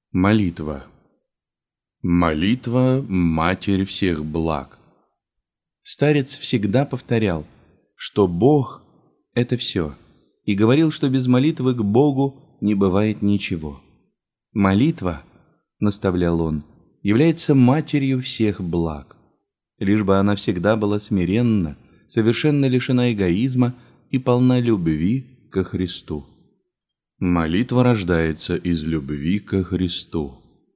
Молитва. Молитва – матерь всех благ. Старец всегда повторял, что Бог – это все, и говорил, что без молитвы к Богу не бывает ничего. Молитва, наставлял он, является матерью всех благ, лишь бы она всегда была смиренна, совершенно лишена эгоизма и полна любви ко Христу. Молитва рождается из любви ко Христу.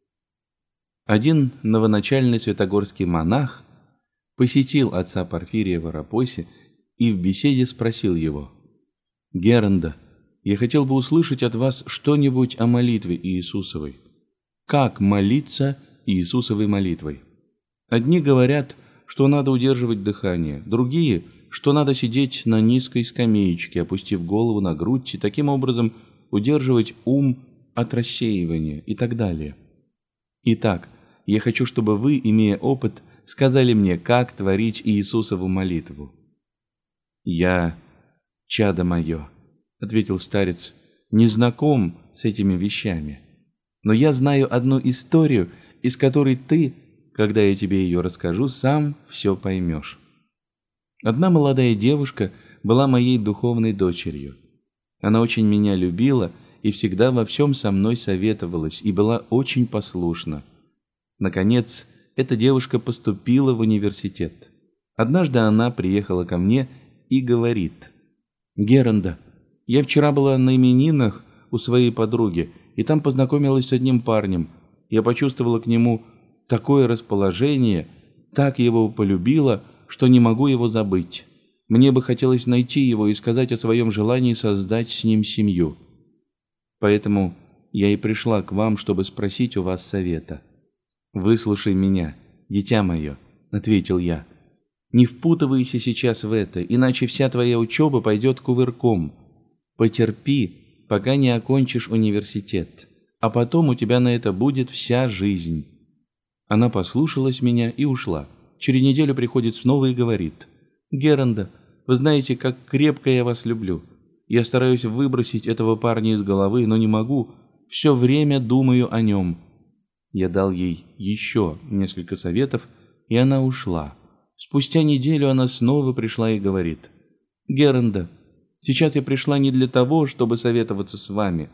Один новоначальный святогорский монах посетил отца Порфирия в Арапосе и в беседе спросил его: «Геренда, я хотел бы услышать от вас что-нибудь о молитве Иисусовой. Как молиться Иисусовой молитвой? Одни говорят, что надо удерживать дыхание, другие, что надо сидеть на низкой скамеечке, опустив голову на грудь и таким образом удерживать ум от рассеивания и так далее. Итак, я хочу, чтобы вы, имея опыт, сказали мне, как творить Иисусову молитву». «Я, чадо мое, — ответил старец, — не знаком с этими вещами, но я знаю одну историю, из которой ты, когда я тебе ее расскажу, сам все поймешь. Одна молодая девушка была моей духовной дочерью. Она очень меня любила и всегда во всем со мной советовалась и была очень послушна. Наконец, эта девушка поступила в университет. Однажды она приехала ко мне и говорит: «Геренда, я вчера была на именинах у своей подруги, и там познакомилась с одним парнем. Я почувствовала к нему такое расположение, так его полюбила, что не могу его забыть. Мне бы хотелось найти его и сказать о своем желании создать с ним семью. Поэтому я и пришла к вам, чтобы спросить у вас совета». «Выслушай меня, дитя мое», — ответил я. «Не впутывайся сейчас в это, иначе вся твоя учеба пойдет кувырком. Потерпи, пока не окончишь университет, а потом у тебя на это будет вся жизнь». Она послушалась меня и ушла. Через неделю приходит снова и говорит: «Геренда, вы знаете, как крепко я вас люблю. Я стараюсь выбросить этого парня из головы, но не могу. Все время думаю о нем». Я дал ей еще несколько советов, и она ушла. Спустя неделю она снова пришла и говорит: «Геренда, сейчас я пришла не для того, чтобы советоваться с вами,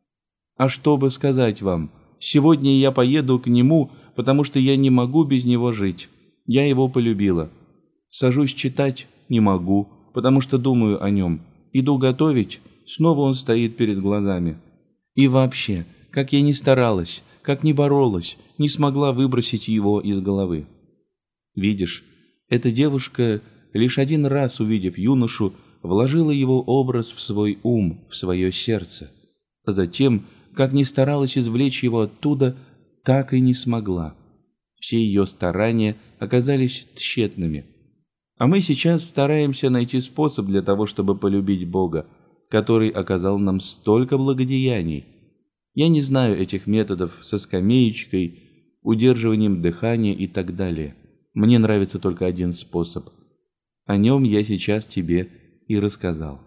а чтобы сказать вам: сегодня я поеду к нему, потому что я не могу без него жить. Я его полюбила. Сажусь читать — не могу, потому что думаю о нем. Иду готовить — снова он стоит перед глазами. И вообще, как я ни старалась, как ни боролась, не смогла выбросить его из головы». Видишь, эта девушка, лишь один раз увидев юношу, вложила его образ в свой ум, в свое сердце. А затем, как ни старалась извлечь его оттуда, так и не смогла. Все ее старания оказались тщетными. А мы сейчас стараемся найти способ для того, чтобы полюбить Бога, который оказал нам столько благодеяний. Я не знаю этих методов со скамеечкой, удерживанием дыхания и так далее. Мне нравится только один способ. О нем я сейчас тебе и рассказал.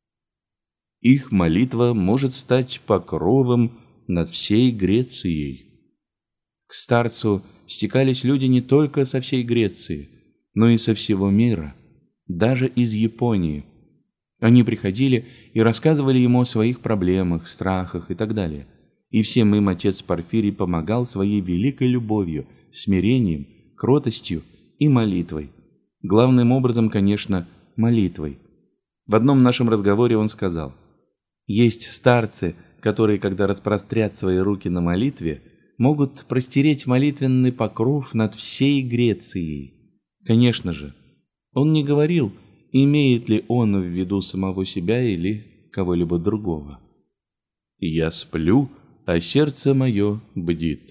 Их молитва может стать покровом над всей Грецией. К старцу стекались люди не только со всей Греции, но и со всего мира, даже из Японии. Они приходили и рассказывали ему о своих проблемах, страхах и так далее. И всем им отец Порфирий помогал своей великой любовью, смирением, кротостью и молитвой. Главным образом, конечно, молитвой. В одном нашем разговоре он сказал: «Есть старцы, которые, когда распрострят свои руки на молитве, могут простереть молитвенный покров над всей Грецией». Конечно же, он не говорил, имеет ли он в виду самого себя или кого-либо другого. «Я сплю, а сердце мое бдит».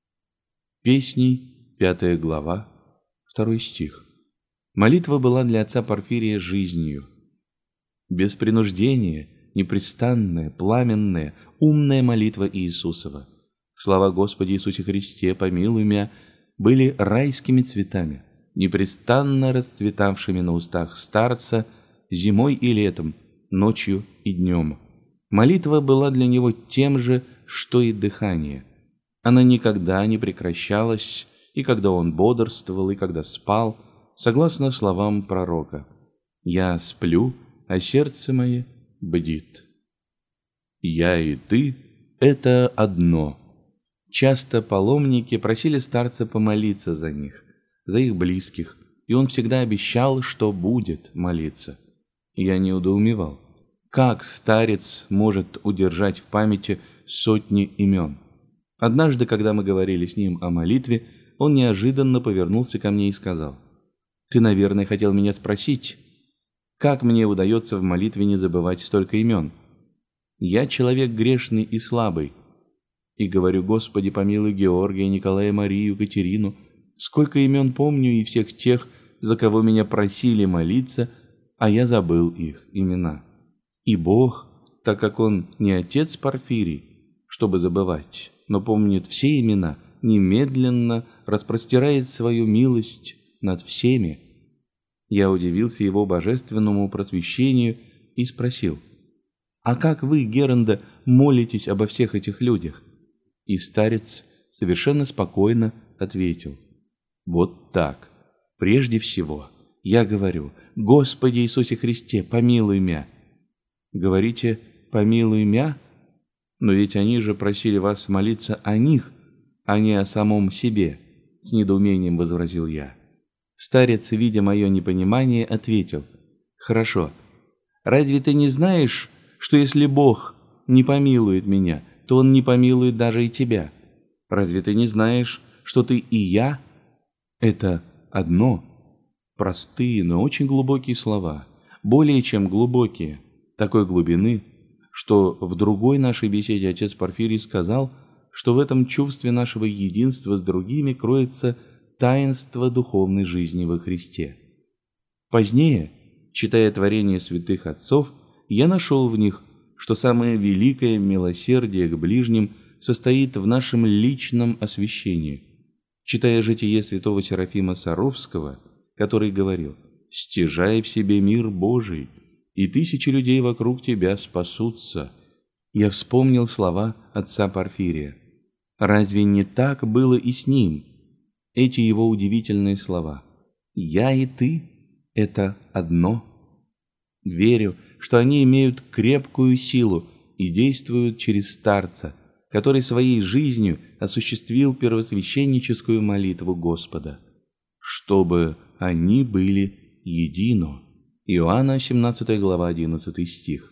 Песней, 5 глава, 2 стих. Молитва была для отца Порфирия жизнью. Без принуждения, непрестанная, пламенная, умная молитва Иисусова. Слова «Господи Иисусе Христе, помилуй меня» были райскими цветами, непрестанно расцветавшими на устах старца зимой и летом, ночью и днем. Молитва была для него тем же, что и дыхание. Она никогда не прекращалась, и когда он бодрствовал, и когда спал, согласно словам пророка: «Я сплю, а сердце мое бдит». «Я и ты — это одно». Часто паломники просили старца помолиться за них, за их близких, и он всегда обещал, что будет молиться. Я недоумевал, как старец может удержать в памяти сотни имен. Однажды, когда мы говорили с ним о молитве, он неожиданно повернулся ко мне и сказал: «Ты, наверное, хотел меня спросить, как мне удается в молитве не забывать столько имен? Я человек грешный и слабый, и говорю: Господи, помилуй Георгия, Николая, Марию, Катерину. Сколько имен помню и всех тех, за кого меня просили молиться, а я забыл их имена. И Бог, так как Он не отец Порфирий, чтобы забывать, но помнит все имена, немедленно распростирает свою милость над всеми». Я удивился его божественному просвещению и спросил: «А как вы, Геренда, молитесь обо всех этих людях?» И старец совершенно спокойно ответил: «Вот так. Прежде всего, я говорю: Господи Иисусе Христе, помилуй мя». Говорите: «Помилуй мя»? Но ведь они же просили вас молиться о них, а не о самом себе, с недоумением возразил я. Старец, видя мое непонимание, ответил: «Хорошо. Разве ты не знаешь, что если Бог не помилует меня, то Он не помилует даже и тебя? Разве ты не знаешь, что ты и я — это одно?» Простые, но очень глубокие слова, более чем глубокие, такой глубины, что в другой нашей беседе отец Порфирий сказал, что в этом чувстве нашего единства с другими кроется таинство духовной жизни во Христе. Позднее, читая творения святых отцов, я нашел в них, что самое великое милосердие к ближним состоит в нашем личном освящении. Читая житие святого Серафима Саровского, который говорил: «Стяжай в себе мир Божий, и тысячи людей вокруг тебя спасутся», я вспомнил слова отца Порфирия. Разве не так было и с ним? Эти его удивительные слова: «Я и ты — это одно». Верю, что они имеют крепкую силу и действуют через старца, который своей жизнью осуществил первосвященническую молитву Господа, чтобы они были едино. Иоанна, 17 глава, 11 стих.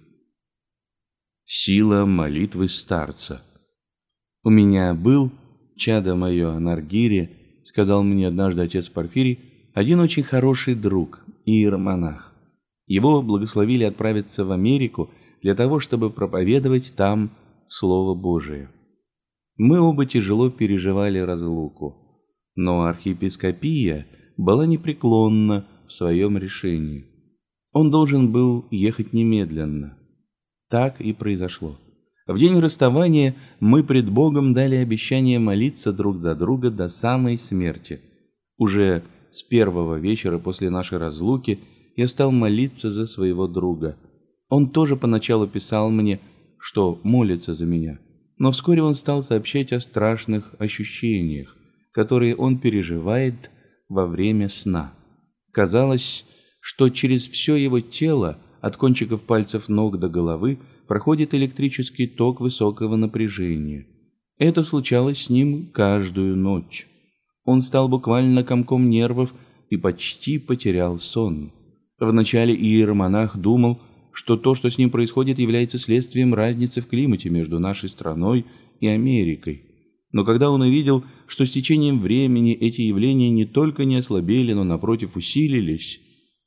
Сила молитвы старца. «У меня был, чадо мое Анаргире, — сказал мне однажды отец Порфирий, — один очень хороший друг, иеромонах. Его благословили отправиться в Америку для того, чтобы проповедовать там Слово Божие. Мы оба тяжело переживали разлуку, но архиепископия была непреклонна в своем решении. Он должен был ехать немедленно. Так и произошло. В день расставания мы пред Богом дали обещание молиться друг за друга до самой смерти. Уже с первого вечера после нашей разлуки я стал молиться за своего друга. Он тоже поначалу писал мне, что молится за меня, но вскоре он стал сообщать о страшных ощущениях, которые он переживает во время сна. Казалось, что через все его тело, от кончиков пальцев ног до головы, проходит электрический ток высокого напряжения. Это случалось с ним каждую ночь. Он стал буквально комком нервов и почти потерял сон. Вначале иеромонах думал, что то, что с ним происходит, является следствием разницы в климате между нашей страной и Америкой. Но когда он увидел, что с течением времени эти явления не только не ослабели, но напротив усилились,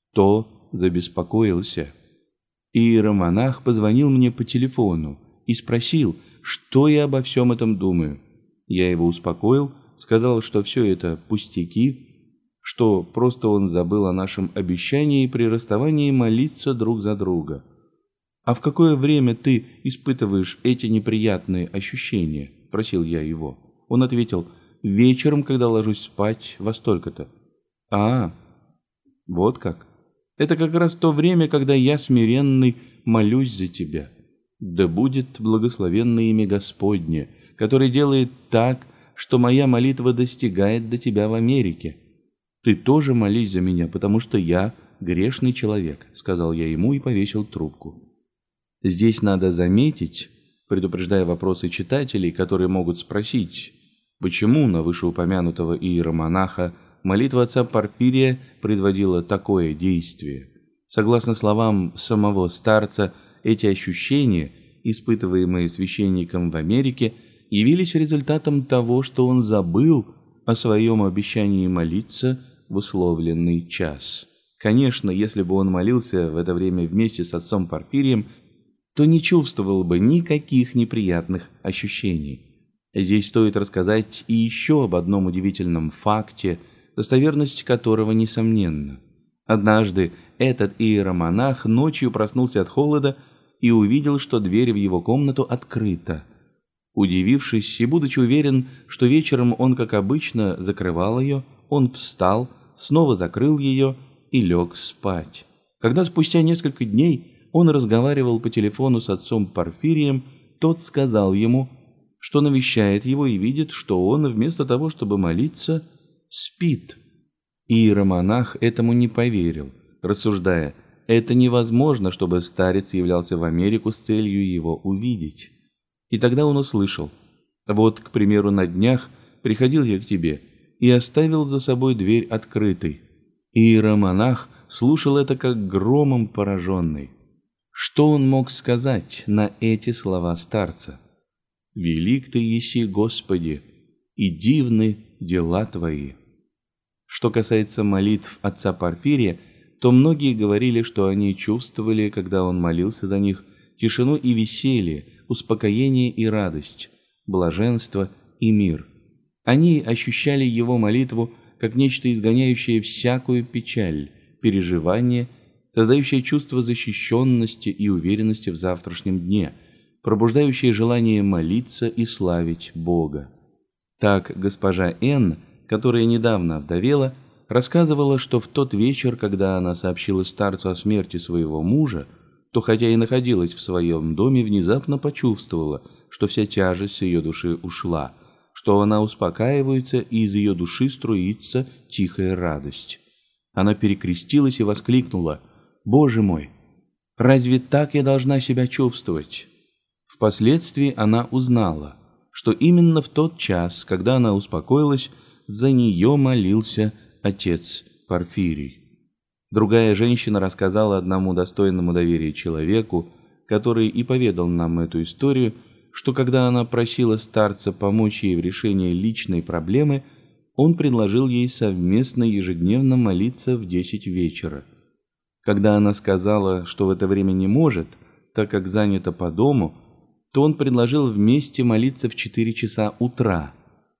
то забеспокоился. Иеромонах позвонил мне по телефону и спросил, что я обо всем этом думаю. Я его успокоил, сказал, что все это пустяки, что просто он забыл о нашем обещании при расставании молиться друг за друга. «А в какое время ты испытываешь эти неприятные ощущения?» – просил я его. Он ответил: «Вечером, когда ложусь спать, во столько-то». «А, вот как. Это как раз то время, когда я, смиренный, молюсь за тебя. Да будет благословенно имя Господне, который делает так, что моя молитва достигает до тебя в Америке. Ты тоже молись за меня, потому что я грешный человек», — сказал я ему и повесил трубку. Здесь надо заметить, предупреждая вопросы читателей, которые могут спросить, почему на вышеупомянутого иеромонаха молитва отца Порфирия предводила такое действие. Согласно словам самого старца, эти ощущения, испытываемые священником в Америке, явились результатом того, что он забыл о своем обещании молиться в условленный час. Конечно, если бы он молился в это время вместе с отцом Порфирием, то не чувствовал бы никаких неприятных ощущений. Здесь стоит рассказать и еще об одном удивительном факте, достоверность которого несомненна. Однажды этот иеромонах ночью проснулся от холода и увидел, что дверь в его комнату открыта. Удивившись и будучи уверен, что вечером он, как обычно, закрывал ее, он встал, снова закрыл ее и лег спать. Когда спустя несколько дней он разговаривал по телефону с отцом Порфирием, тот сказал ему, что навещает его и видит, что он, вместо того, чтобы молиться, спит. Иеромонах этому не поверил, рассуждая, это невозможно, чтобы старец являлся в Америку с целью его увидеть. И тогда он услышал, вот, к примеру, на днях приходил я к тебе и оставил за собой дверь открытой. Иеромонах слушал это как громом пораженный. Что он мог сказать на эти слова старца? «Велик ты еси, Господи, и дивны дела твои». Что касается молитв отца Порфирия, то многие говорили, что они чувствовали, когда он молился за них, тишину и веселье, успокоение и радость, блаженство и мир. Они ощущали его молитву как нечто изгоняющее всякую печаль, переживание, создающее чувство защищенности и уверенности в завтрашнем дне, пробуждающее желание молиться и славить Бога. Так госпожа Н., которая недавно овдовела, рассказывала, что в тот вечер, когда она сообщила старцу о смерти своего мужа, то, хотя и находилась в своем доме, внезапно почувствовала, что вся тяжесть с ее души ушла, что она успокаивается, и из ее души струится тихая радость. Она перекрестилась и воскликнула: «Боже мой, разве так я должна себя чувствовать?» Впоследствии она узнала, что именно в тот час, когда она успокоилась, за нее молился отец Порфирий. Другая женщина рассказала одному достойному доверия человеку, который и поведал нам эту историю, что когда она просила старца помочь ей в решении личной проблемы, он предложил ей совместно ежедневно молиться в 10 вечера. Когда она сказала, что в это время не может, так как занята по дому, то он предложил вместе молиться в 4 часа утра.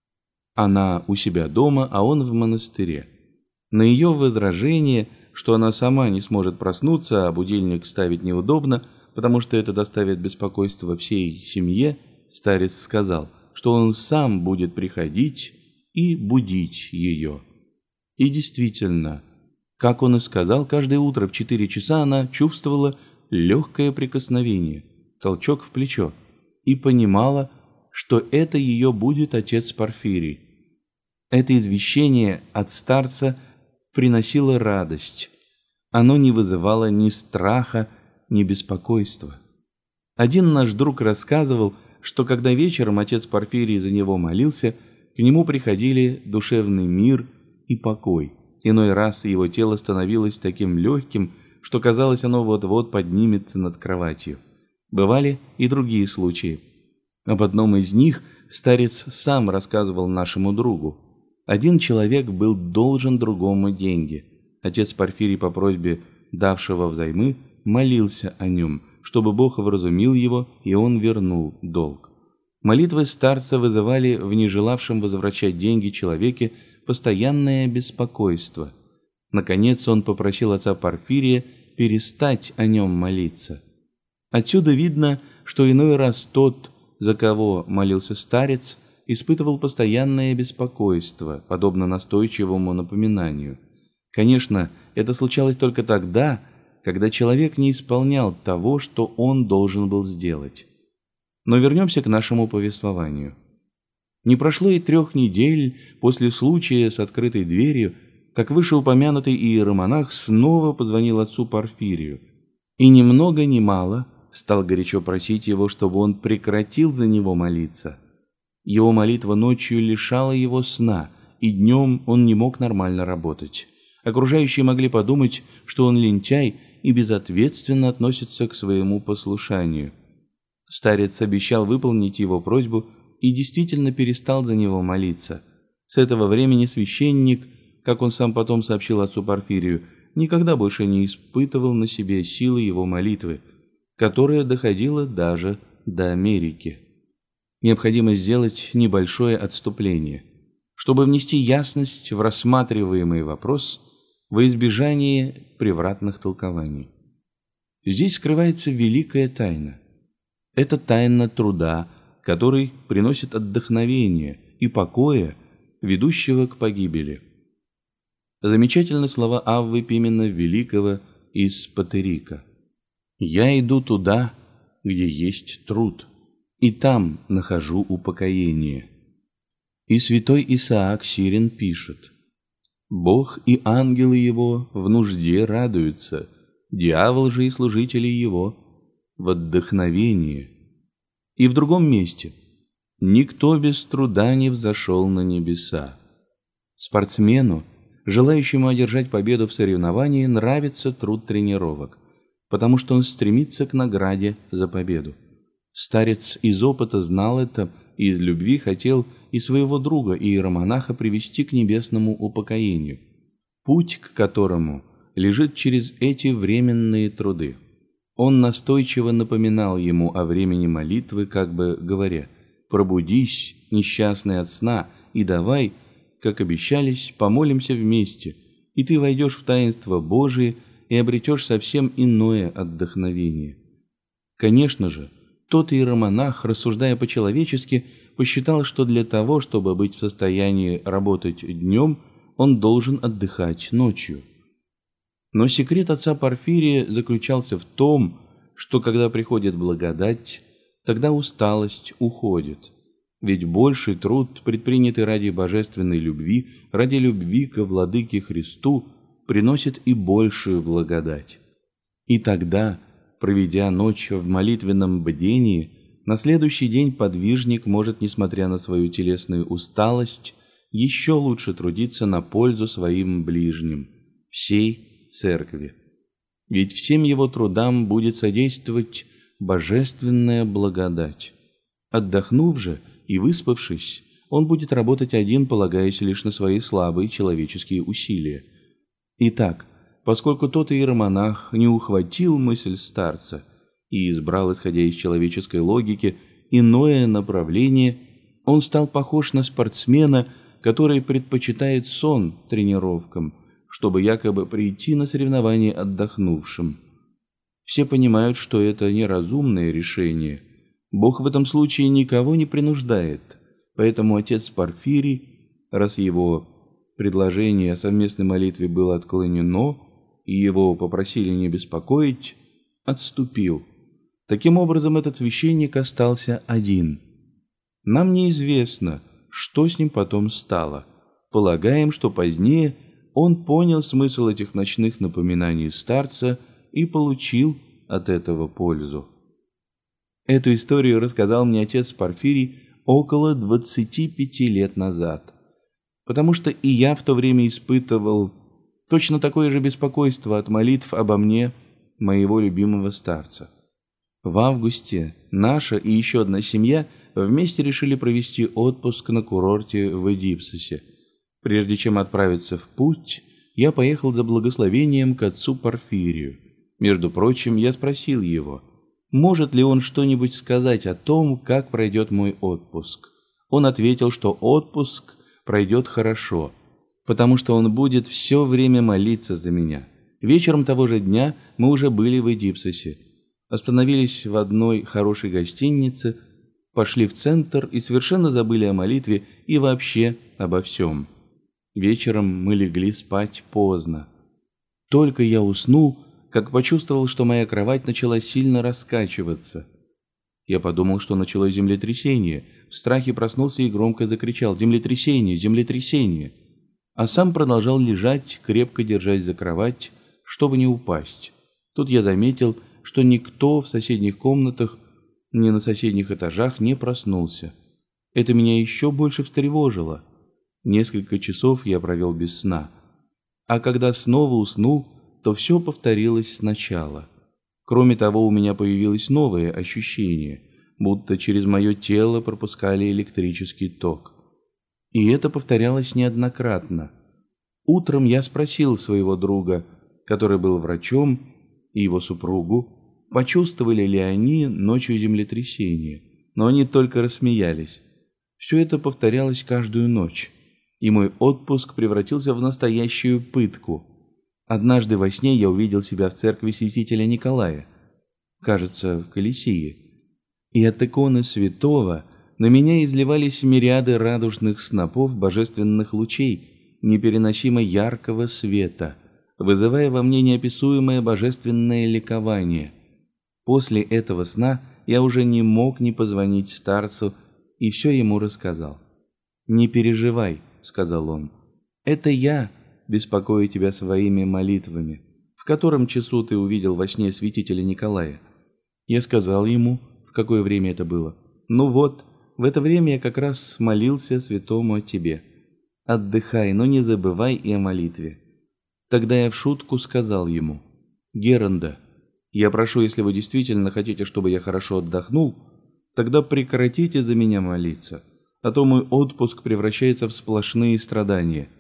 Она у себя дома, а он в монастыре. На ее возражение, что она сама не сможет проснуться, а будильник ставить неудобно, потому что это доставит беспокойство всей семье, старец сказал, что он сам будет приходить и будить ее. И действительно, как он и сказал, каждое утро в 4 часа она чувствовала легкое прикосновение, толчок в плечо, и понимала, что это ее будет отец Порфирий. Это извещение от старца приносило радость. Оно не вызывало ни страха, ни беспокойства. Один наш друг рассказывал, что когда вечером отец Порфирий за него молился, к нему приходили душевный мир и покой. Иной раз его тело становилось таким легким, что казалось, оно вот-вот поднимется над кроватью. Бывали и другие случаи. Об одном из них старец сам рассказывал нашему другу. Один человек был должен другому деньги. Отец Порфирий по просьбе давшего взаймы молился о нем, чтобы Бог вразумил его, и он вернул долг. Молитвы старца вызывали в нежелавшем возвращать деньги человеке постоянное беспокойство. Наконец он попросил отца Порфирия перестать о нем молиться. Отсюда видно, что иной раз тот, за кого молился старец, испытывал постоянное беспокойство, подобно настойчивому напоминанию. Конечно, это случалось только тогда, когда человек не исполнял того, что он должен был сделать. Но вернемся к нашему повествованию. Не прошло и 3 недель после случая с открытой дверью, как вышеупомянутый иеромонах снова позвонил отцу Порфирию и ни много ни мало стал горячо просить его, чтобы он прекратил за него молиться. Его молитва ночью лишала его сна, и днем он не мог нормально работать. Окружающие могли подумать, что он лентяй и безответственно относится к своему послушанию. Старец обещал выполнить его просьбу и действительно перестал за него молиться. С этого времени священник, как он сам потом сообщил отцу Порфирию, никогда больше не испытывал на себе силы его молитвы, которая доходила даже до Америки. Необходимо сделать небольшое отступление, чтобы внести ясность в рассматриваемый вопрос во избежание превратных толкований. Здесь скрывается великая тайна. Это тайна труда, который приносит отдохновение и покоя, ведущего к погибели. Замечательны слова Аввы Пимена Великого из Патерика. «Я иду туда, где есть труд, и там нахожу упокоение». И святой Исаак Сирин пишет: «Бог и ангелы его в нужде радуются, дьявол же и служители его в отдохновении». И в другом месте: «Никто без труда не взошел на небеса». Спортсмену, желающему одержать победу в соревновании, нравится труд тренировок, потому что он стремится к награде за победу. Старец из опыта знал это и из любви хотел и своего друга иеромонаха привести к небесному упокоению, путь к которому лежит через эти временные труды. Он настойчиво напоминал ему о времени молитвы, как бы говоря: «Пробудись, несчастный от сна, и давай, как обещались, помолимся вместе, и ты войдешь в таинство Божие и обретешь совсем иное отдохновение». Конечно же, тот иеромонах, рассуждая по-человечески, посчитал, что для того, чтобы быть в состоянии работать днем, он должен отдыхать ночью. Но секрет отца Порфирия заключался в том, что когда приходит благодать, тогда усталость уходит. Ведь больший труд, предпринятый ради божественной любви, ради любви ко Владыке Христу, приносит и большую благодать. И тогда, проведя ночь в молитвенном бдении, на следующий день подвижник может, несмотря на свою телесную усталость, еще лучше трудиться на пользу своим ближним, всей церкви. Ведь всем его трудам будет содействовать божественная благодать. Отдохнув же и выспавшись, он будет работать один, полагаясь лишь на свои слабые человеческие усилия. Итак, поскольку тот иеромонах не ухватил мысль старца и избрал, исходя из человеческой логики, иное направление, он стал похож на спортсмена, который предпочитает сон тренировкам, чтобы якобы прийти на соревнование отдохнувшим. Все понимают, что это неразумное решение. Бог в этом случае никого не принуждает, поэтому отец Порфирий, раз его предложение о совместной молитве было отклонено и его попросили не беспокоить, отступил. Таким образом, этот священник остался один. Нам неизвестно, что с ним потом стало. Полагаем, что позднее он понял смысл этих ночных напоминаний старца и получил от этого пользу. Эту историю рассказал мне отец Порфирий около 25 лет назад, потому что и я в то время испытывал точно такое же беспокойство от молитв обо мне, моего любимого старца. В августе наша и еще одна семья вместе решили провести отпуск на курорте в Эдипсосе. Прежде чем отправиться в путь, я поехал за благословением к отцу Порфирию. Между прочим, я спросил его, может ли он что-нибудь сказать о том, как пройдет мой отпуск. Он ответил, что отпуск пройдет хорошо, потому что он будет все время молиться за меня. Вечером того же дня мы уже были в Эдипсосе, остановились в одной хорошей гостинице, пошли в центр и совершенно забыли о молитве и вообще обо всем. Вечером мы легли спать поздно. Только я уснул, как почувствовал, что моя кровать начала сильно раскачиваться. Я подумал, что началось землетрясение. В страхе проснулся и громко закричал: «Землетрясение! Землетрясение!» А сам продолжал лежать, крепко держась за кровать, чтобы не упасть. Тут я заметил, что никто в соседних комнатах, ни на соседних этажах не проснулся. Это меня еще больше встревожило. Несколько часов я провел без сна. А когда снова уснул, то все повторилось сначала. Кроме того, у меня появилось новое ощущение, будто через мое тело пропускали электрический ток. И это повторялось неоднократно. Утром я спросил своего друга, который был врачом, и его супругу, почувствовали ли они ночью землетрясение, но они только рассмеялись. Все это повторялось каждую ночь, и мой отпуск превратился в настоящую пытку. Однажды во сне я увидел себя в церкви святителя Николая, кажется, в Колесие, и от иконы святого на меня изливались мириады радужных снопов божественных лучей непереносимо яркого света, вызывая во мне неописуемое божественное ликование. После этого сна я уже не мог не позвонить старцу и все ему рассказал. «Не переживай», — сказал он, — «это я беспокою тебя своими молитвами. В котором часу ты увидел во сне святителя Николая?» Я сказал ему, в какое время это было. «Ну вот, в это время я как раз молился святому о тебе. Отдыхай, но не забывай и о молитве». Тогда я в шутку сказал ему: «Геранда, я прошу, если вы действительно хотите, чтобы я хорошо отдохнул, тогда прекратите за меня молиться, а то мой отпуск превращается в сплошные страдания».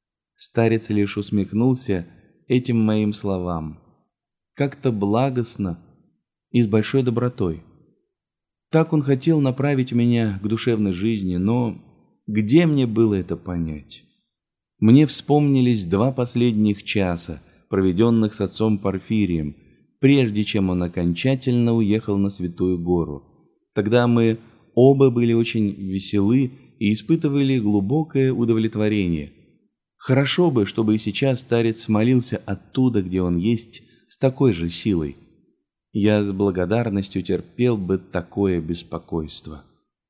Старец лишь усмехнулся этим моим словам, как-то благостно и с большой добротой. Так он хотел направить меня к душевной жизни, но где мне было это понять? Мне вспомнились 2 последних часа, проведенных с отцом Порфирием, прежде чем он окончательно уехал на Святую Гору. Тогда мы оба были очень веселы и испытывали глубокое удовлетворение. Хорошо бы, чтобы и сейчас старец молился оттуда, где он есть, с такой же силой. Я с благодарностью терпел бы такое беспокойство.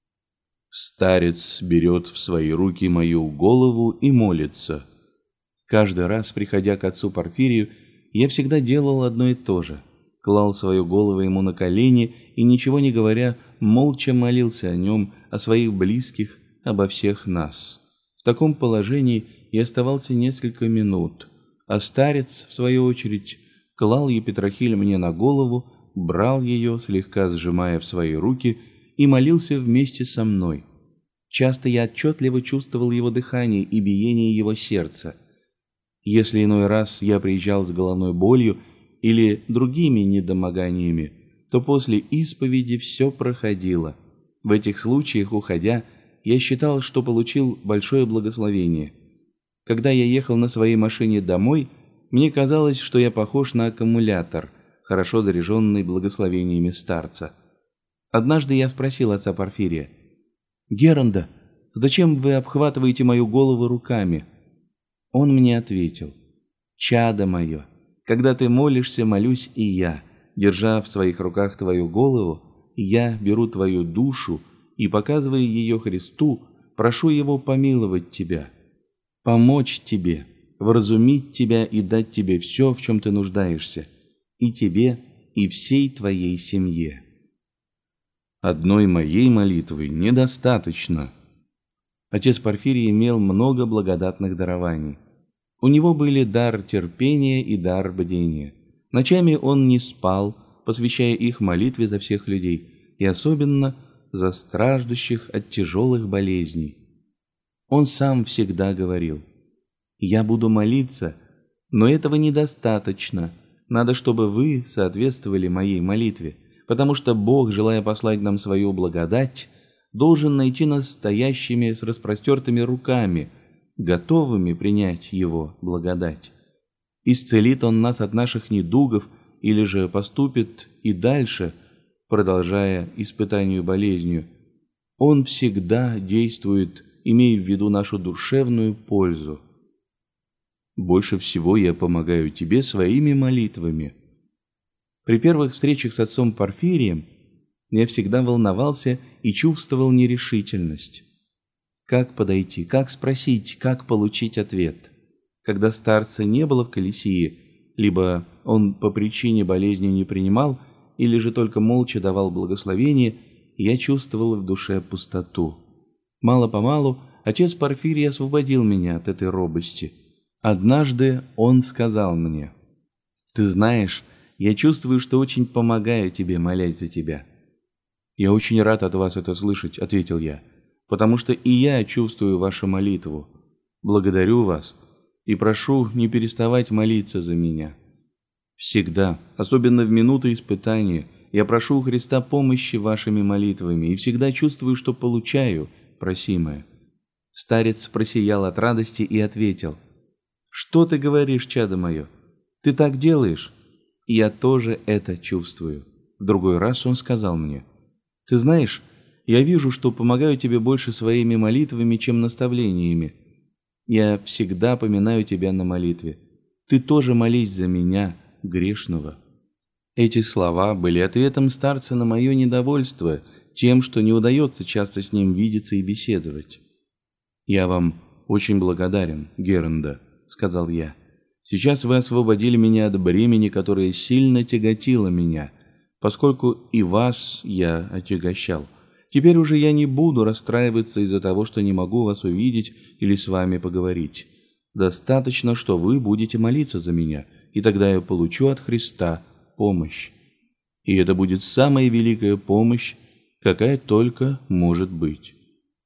Старец берет в свои руки мою голову и молится. Каждый раз, приходя к отцу Порфирию, я всегда делал одно и то же. Клал свою голову ему на колени и, ничего не говоря, молча молился о нем, о своих близких, обо всех нас. В таком положении я оставался несколько минут, а старец, в свою очередь, клал епитрахиль мне на голову, брал ее, слегка сжимая в свои руки, и молился вместе со мной. Часто я отчетливо чувствовал его дыхание и биение его сердца. Если иной раз я приезжал с головной болью или другими недомоганиями, то после исповеди все проходило. В этих случаях, уходя, я считал, что получил большое благословение. Когда я ехал на своей машине домой, мне казалось, что я похож на аккумулятор, хорошо заряженный благословениями старца. Однажды я спросил отца Порфирия: «Геранда, зачем вы обхватываете мою голову руками?» Он мне ответил: «Чадо мое, когда ты молишься, молюсь и я. Держа в своих руках твою голову, я беру твою душу и, показывая ее Христу, прошу Его помиловать тебя, помочь тебе, вразумить тебя и дать тебе все, в чем ты нуждаешься, и тебе, и всей твоей семье». Одной моей молитвы недостаточно. Отец Порфирий имел много благодатных дарований. У него были дар терпения и дар бдения. Ночами он не спал, посвящая их молитве за всех людей, и особенно за страждущих от тяжелых болезней. Он сам всегда говорил: «Я буду молиться, но этого недостаточно. Надо, чтобы вы соответствовали моей молитве, потому что Бог, желая послать нам свою благодать, должен найти нас стоящими с распростертыми руками, готовыми принять Его благодать. Исцелит Он нас от наших недугов или же поступит и дальше, продолжая испытанию болезнью. Он всегда действует, имея в виду нашу душевную пользу. Больше всего я помогаю тебе своими молитвами». При первых встречах с отцом Порфирием Я всегда волновался и чувствовал нерешительность. Как подойти, как спросить, как получить ответ? Когда старца не было в Колесии, либо он по причине болезни не принимал, или же только молча давал благословение, я чувствовал в душе пустоту. Мало-помалу отец Порфирий освободил меня от этой робости. Однажды он сказал мне: «Ты знаешь, я чувствую, что очень помогаю тебе, молясь за тебя». «Я очень рад от вас это слышать», — ответил я, «потому что и я чувствую вашу молитву. Благодарю вас и прошу не переставать молиться за меня. Всегда, особенно в минуты испытания, я прошу у Христа помощи вашими молитвами и всегда чувствую, что получаю просимое». Старец просиял от радости и ответил: «Что ты говоришь, чадо мое? Ты так делаешь?» «Я тоже это чувствую». В другой раз он сказал мне: «Ты знаешь, я вижу, что помогаю тебе больше своими молитвами, чем наставлениями. Я всегда поминаю тебя на молитве. Ты тоже молись за меня, грешного». Эти слова были ответом старца на мое недовольство тем, что не удается часто с ним видеться и беседовать. «Я вам очень благодарен, Геренда», — сказал я. «Сейчас вы освободили меня от бремени, которое сильно тяготило меня, поскольку и вас я отягощал. Теперь уже я не буду расстраиваться из-за того, что не могу вас увидеть или с вами поговорить. Достаточно, что вы будете молиться за меня, и тогда я получу от Христа помощь. И это будет самая великая помощь, какая только может быть».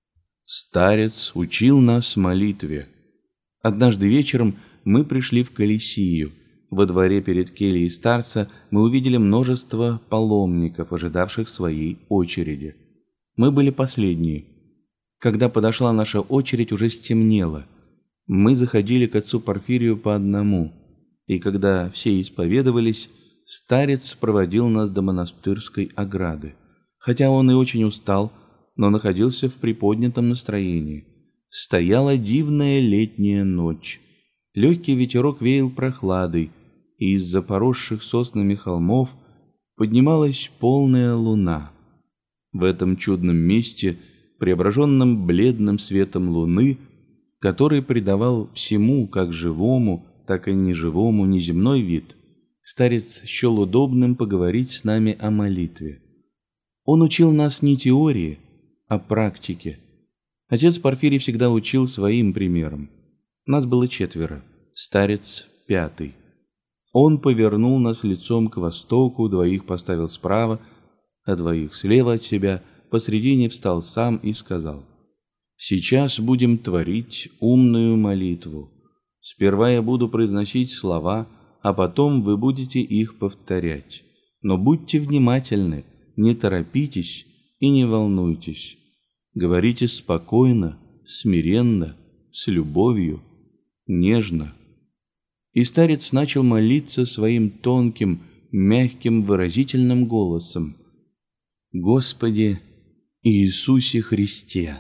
Старец учил нас молитве. Однажды вечером мы пришли в Колесию. Во дворе перед кельей старца мы увидели множество паломников, ожидавших своей очереди. Мы были последние. Когда подошла наша очередь, уже стемнело. Мы заходили к отцу Порфирию по одному, и когда все исповедовались, старец проводил нас до монастырской ограды. Хотя он и очень устал, но находился в приподнятом настроении. Стояла дивная летняя ночь. Легкий ветерок веял прохладой, и из-за поросших соснами холмов поднималась полная луна. В этом чудном месте, преображенном бледным светом луны, который придавал всему, как живому, так и неживому, неземной вид, старец счел удобным поговорить с нами о молитве. Он учил нас не теории, а практике. Отец Порфирий всегда учил своим примером. Нас было 4, старец 5. Он повернул нас лицом к востоку, 2 поставил справа, а 2 слева от себя, посредине встал сам и сказал: «Сейчас будем творить умную молитву. Сперва я буду произносить слова, а потом вы будете их повторять. Но будьте внимательны, не торопитесь и не волнуйтесь. Говорите спокойно, смиренно, с любовью, нежно». И старец начал молиться своим тонким, мягким, выразительным голосом: «Господи Иисусе Христе,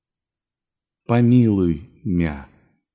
помилуй мя».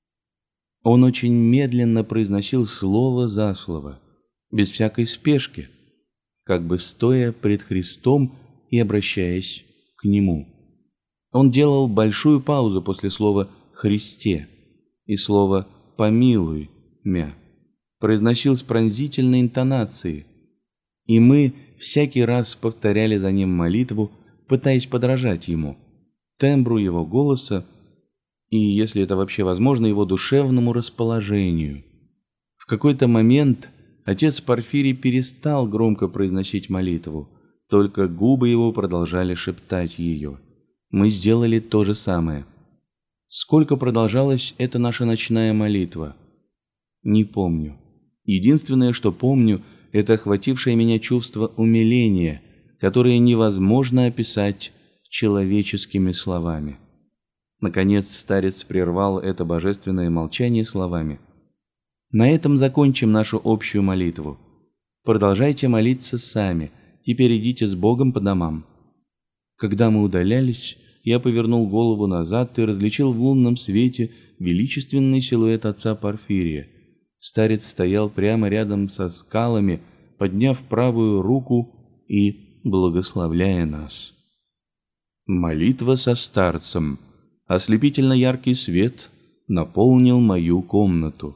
Он очень медленно произносил слово за слово, без всякой спешки, как бы стоя пред Христом и обращаясь к Нему. Он делал большую паузу после слова «Христе», и слово «помилуй мя» произносил с пронзительной интонацией, и мы всякий раз повторяли за ним молитву, пытаясь подражать ему, тембру его голоса и, если это вообще возможно, его душевному расположению. В какой-то момент отец Порфирий перестал громко произносить молитву, только губы его продолжали шептать ее. Мы сделали то же самое. Сколько продолжалась эта наша ночная молитва? Не помню. Единственное, что помню, это охватившее меня чувство умиления, которое невозможно описать человеческими словами. Наконец старец прервал это божественное молчание словами: «На этом закончим нашу общую молитву. Продолжайте молиться сами, теперь идите с Богом по домам». Когда мы удалялись, я повернул голову назад и различил в лунном свете величественный силуэт отца Порфирия. Старец стоял прямо рядом со скалами, подняв правую руку и благословляя нас. Молитва со старцем. Ослепительно яркий свет наполнил мою комнату.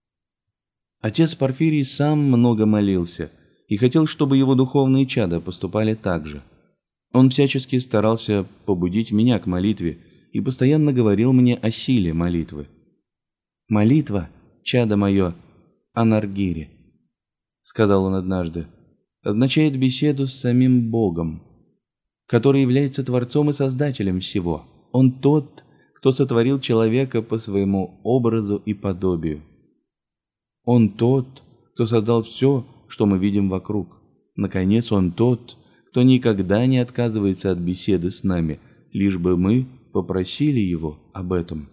Отец Порфирий сам много молился и хотел, чтобы его духовные чада поступали так же. Он всячески старался побудить меня к молитве и постоянно говорил мне о силе молитвы. «Молитва, чадо мое, анаргире», — сказал он однажды, — означает беседу с самим Богом, который является Творцом и Создателем всего. Он тот, кто сотворил человека по своему образу и подобию. Он тот, кто создал все, что мы видим вокруг. Наконец, Он тот, кто никогда не отказывается от беседы с нами, лишь бы мы попросили Его об этом.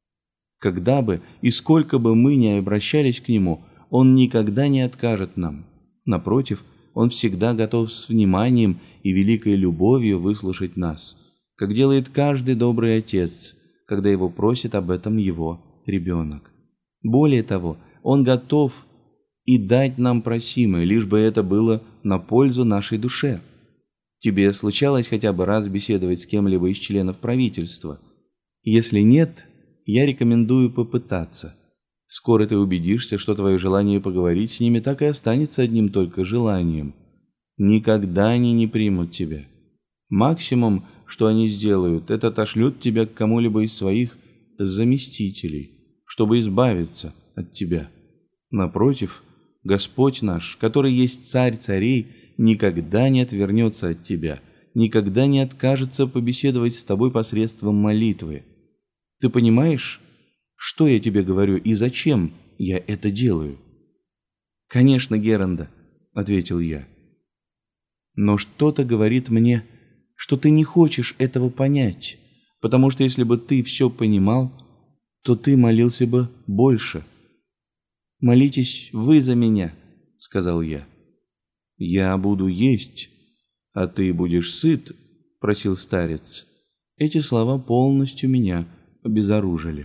Когда бы и сколько бы мы ни обращались к Нему, Он никогда не откажет нам. Напротив, Он всегда готов с вниманием и великой любовью выслушать нас, как делает каждый добрый отец, когда его просит об этом его ребенок. Более того, Он готов и дать нам просимое, лишь бы это было на пользу нашей душе. Тебе случалось хотя бы раз беседовать с кем-либо из членов правительства? Если нет, я рекомендую попытаться. Скоро ты убедишься, что твое желание поговорить с ними так и останется одним только желанием. Никогда они не примут тебя. Максимум, что они сделают, это отошлют тебя к кому-либо из своих заместителей, чтобы избавиться от тебя. Напротив, Господь наш, который есть Царь царей, никогда не отвернется от тебя, никогда не откажется побеседовать с тобой посредством молитвы. Ты понимаешь, что я тебе говорю и зачем я это делаю? «Конечно, Геренда», — ответил я. «Но что-то говорит мне, что ты не хочешь этого понять, потому что если бы ты все понимал, то ты молился бы больше». «Молитесь вы за меня», — сказал я. «Я буду есть, а ты будешь сыт», — просил старец. Эти слова полностью меня обезоружили.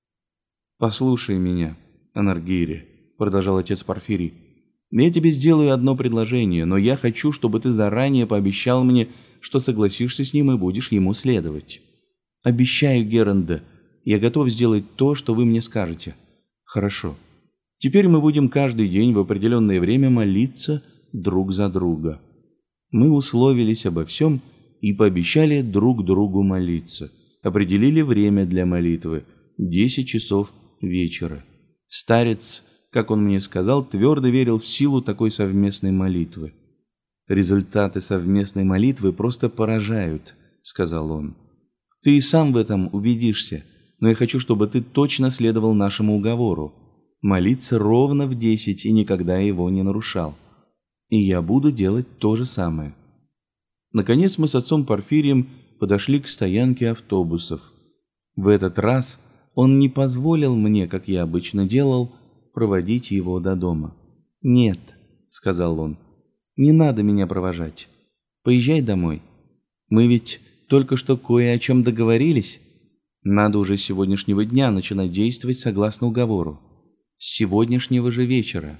«Послушай меня, Анаргире», — продолжал отец Порфирий. «Я тебе сделаю одно предложение, но я хочу, чтобы ты заранее пообещал мне, что согласишься с ним и будешь ему следовать. Обещаю, Геренда, я готов сделать то, что вы мне скажете». «Хорошо. Теперь мы будем каждый день в определенное время молиться друг за друга». Мы условились обо всем и пообещали друг другу молиться. Определили время для молитвы — 10 часов вечера. Старец, как он мне сказал, твердо верил в силу такой совместной молитвы. «Результаты совместной молитвы просто поражают», — сказал он. «Ты и сам в этом убедишься, но я хочу, чтобы ты точно следовал нашему уговору. Молиться ровно в 10 и никогда его не нарушал. И я буду делать то же самое». Наконец мы с отцом Порфирием подошли к стоянке автобусов. В этот раз он не позволил мне, как я обычно делал, проводить его до дома. «Нет», — сказал он, — «не надо меня провожать. Поезжай домой. Мы ведь только что кое о чем договорились. Надо уже с сегодняшнего дня начинать действовать согласно уговору. С сегодняшнего же вечера.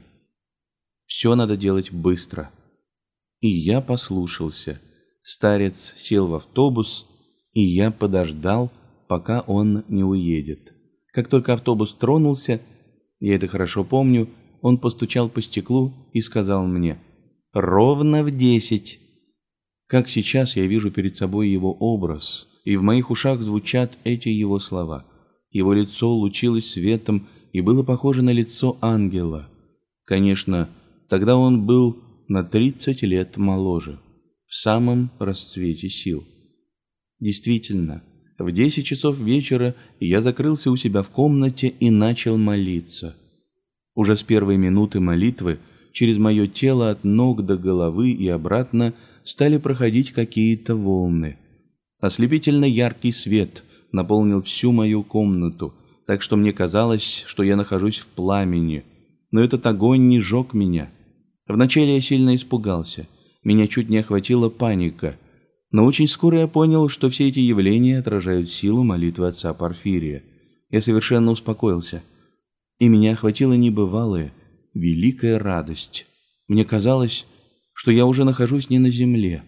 Все надо делать быстро». И я послушался. Старец сел в автобус, и я подождал, пока он не уедет. Как только автобус тронулся, я это хорошо помню, он постучал по стеклу и сказал мне: «Ровно в 10». Как сейчас я вижу перед собой его образ, и в моих ушах звучат эти его слова. Его лицо лучилось светом и было похоже на лицо ангела. Конечно, тогда он был на 30 лет моложе, в самом расцвете сил. Действительно, в 10 часов вечера я закрылся у себя в комнате и начал молиться. Уже с первой минуты молитвы через мое тело от ног до головы и обратно стали проходить какие-то волны. Ослепительно яркий свет наполнил всю мою комнату, так что мне казалось, что я нахожусь в пламени. Но этот огонь не жег меня. Вначале я сильно испугался. Меня чуть не охватила паника. Но очень скоро я понял, что все эти явления отражают силу молитвы отца Порфирия. Я совершенно успокоился. И меня охватила небывалая, великая радость. Мне казалось, что я уже нахожусь не на земле,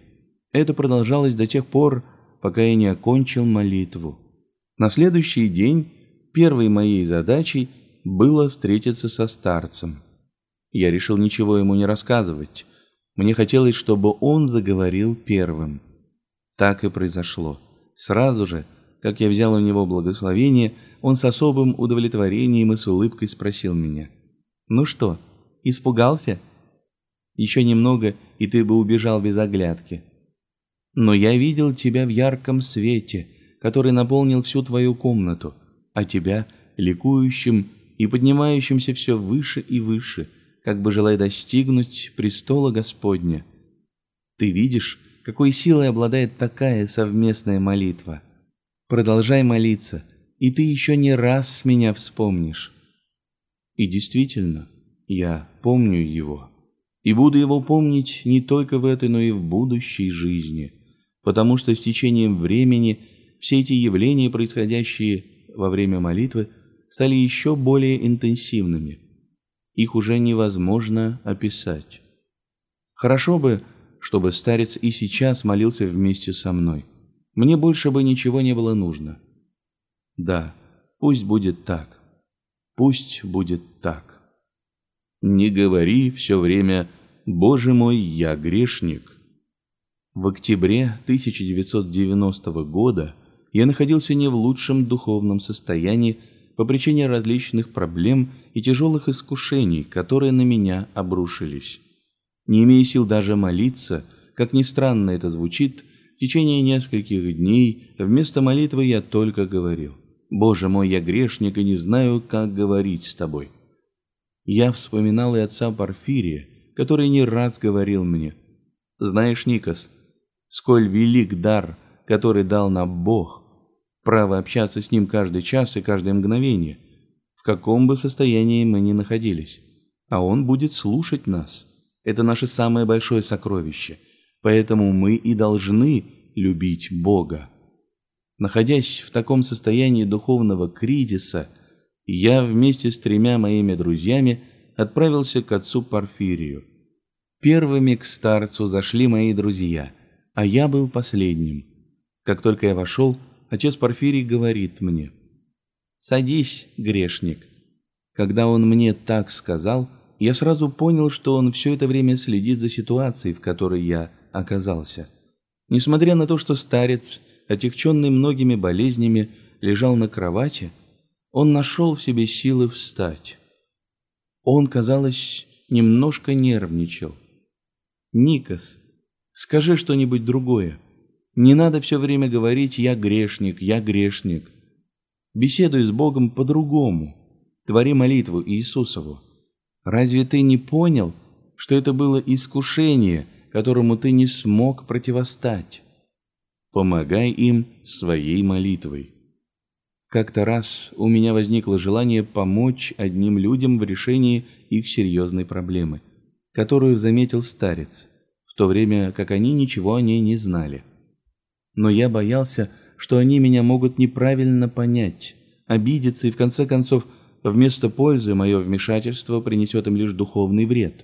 Это продолжалось до тех пор, пока я не окончил молитву. На следующий день первой моей задачей было встретиться со старцем. Я решил ничего ему не рассказывать. Мне хотелось, чтобы он заговорил первым. Так и произошло. Сразу же, как я взял у него благословение, он с особым удовлетворением и с улыбкой спросил меня: «Ну что, испугался? Еще немного, и ты бы убежал без оглядки. Но я видел тебя в ярком свете, который наполнил всю твою комнату, а тебя ликующим и поднимающимся все выше и выше, как бы желая достигнуть престола Господня. Ты видишь, какой силой обладает такая совместная молитва. Продолжай молиться, и ты еще не раз меня вспомнишь». И действительно, я помню его, и буду его помнить не только в этой, но и в будущей жизни, потому что с течением времени все эти явления, происходящие во время молитвы, стали еще более интенсивными. Их уже невозможно описать. Хорошо бы, чтобы старец и сейчас молился вместе со мной. Мне больше бы ничего не было нужно. Да, пусть будет так. Пусть будет так. Не говори все время: «Боже мой, я грешник». В октябре 1990 года я находился не в лучшем духовном состоянии по причине различных проблем и тяжелых искушений, которые на меня обрушились. Не имея сил даже молиться, как ни странно это звучит, в течение нескольких дней вместо молитвы я только говорил: «Боже мой, я грешник и не знаю, как говорить с тобой». Я вспоминал и отца Порфирия, который не раз говорил мне: «Знаешь, Никос, сколь велик дар, который дал нам Бог, право общаться с Ним каждый час и каждое мгновение, в каком бы состоянии мы ни находились, а Он будет слушать нас. Это наше самое большое сокровище, поэтому мы и должны любить Бога». Находясь в таком состоянии духовного кризиса, я вместе с 3 моими друзьями отправился к отцу Порфирию. Первыми к старцу зашли мои друзья, а я был последним. Как только я вошел, отец Порфирий говорит мне: «Садись, грешник». Когда он мне так сказал, я сразу понял, что он все это время следит за ситуацией, в которой я оказался. Несмотря на то, что старец, отягченный многими болезнями, лежал на кровати, он нашел в себе силы встать. Он, казалось, немножко нервничал. «Никос, скажи что-нибудь другое. Не надо все время говорить «я грешник, я грешник». Беседуй с Богом по-другому. Твори молитву Иисусову. Разве ты не понял, что это было искушение, которому ты не смог противостать? Помогай им своей молитвой». Как-то раз у меня возникло желание помочь одним людям в решении их серьезной проблемы, которую заметил старец, в то время как они ничего о ней не знали. Но я боялся, что они меня могут неправильно понять, обидеться, и в конце концов вместо пользы мое вмешательство принесет им лишь духовный вред.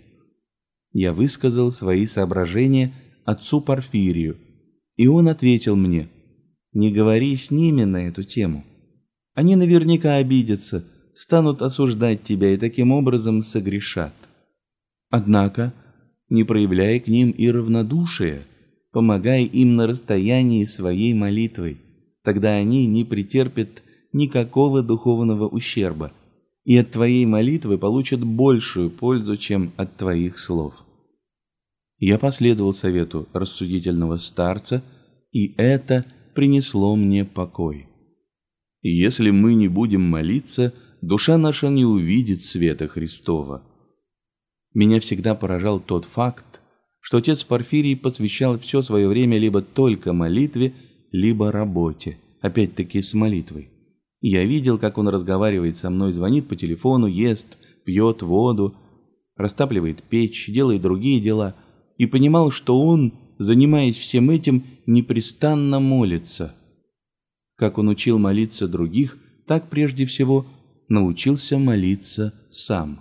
Я высказал свои соображения отцу Порфирию, и он ответил мне: «Не говори с ними на эту тему. Они наверняка обидятся, станут осуждать тебя и таким образом согрешат. Однако, не проявляй к ним и равнодушия, помогай им на расстоянии своей молитвой, тогда они не претерпят никакого духовного ущерба, и от твоей молитвы получат большую пользу, чем от твоих слов». Я последовал совету рассудительного старца, и это принесло мне покой. И если мы не будем молиться, душа наша не увидит света Христова. Меня всегда поражал тот факт, что отец Порфирий посвящал все свое время либо только молитве, либо работе, опять-таки с молитвой. Я видел, как он разговаривает со мной, звонит по телефону, ест, пьет воду, растапливает печь, делает другие дела, и понимал, что он, занимаясь всем этим, непрестанно молится. Как он учил молиться других, так прежде всего научился молиться сам.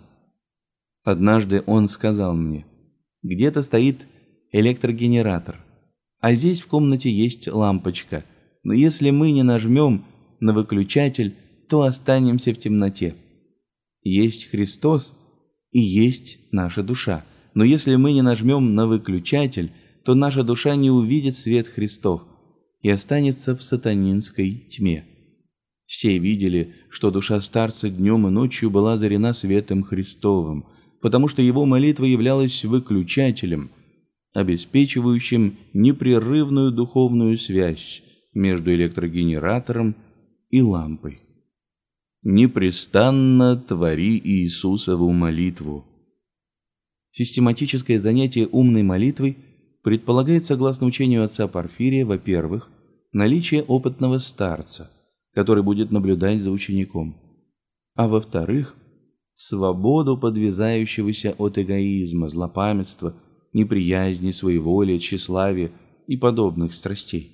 Однажды он сказал мне: «Где-то стоит электрогенератор. А здесь в комнате есть лампочка, но если мы не нажмем на выключатель, то останемся в темноте. Есть Христос и есть наша душа. Но если мы не нажмем на выключатель, то наша душа не увидит свет Христов и останется в сатанинской тьме. Все видели, что душа старца днем и ночью была озарена светом Христовым, потому что его молитва являлась выключателем, обеспечивающим непрерывную духовную связь между электрогенератором и лампой. Непрестанно твори Иисусову молитву. Систематическое занятие умной молитвой предполагает, согласно учению отца Порфирия, во-первых, наличие опытного старца, который будет наблюдать за учеником, а во-вторых, свободу подвязающегося от эгоизма, злопамятства, неприязни, своеволия, тщеславия и подобных страстей.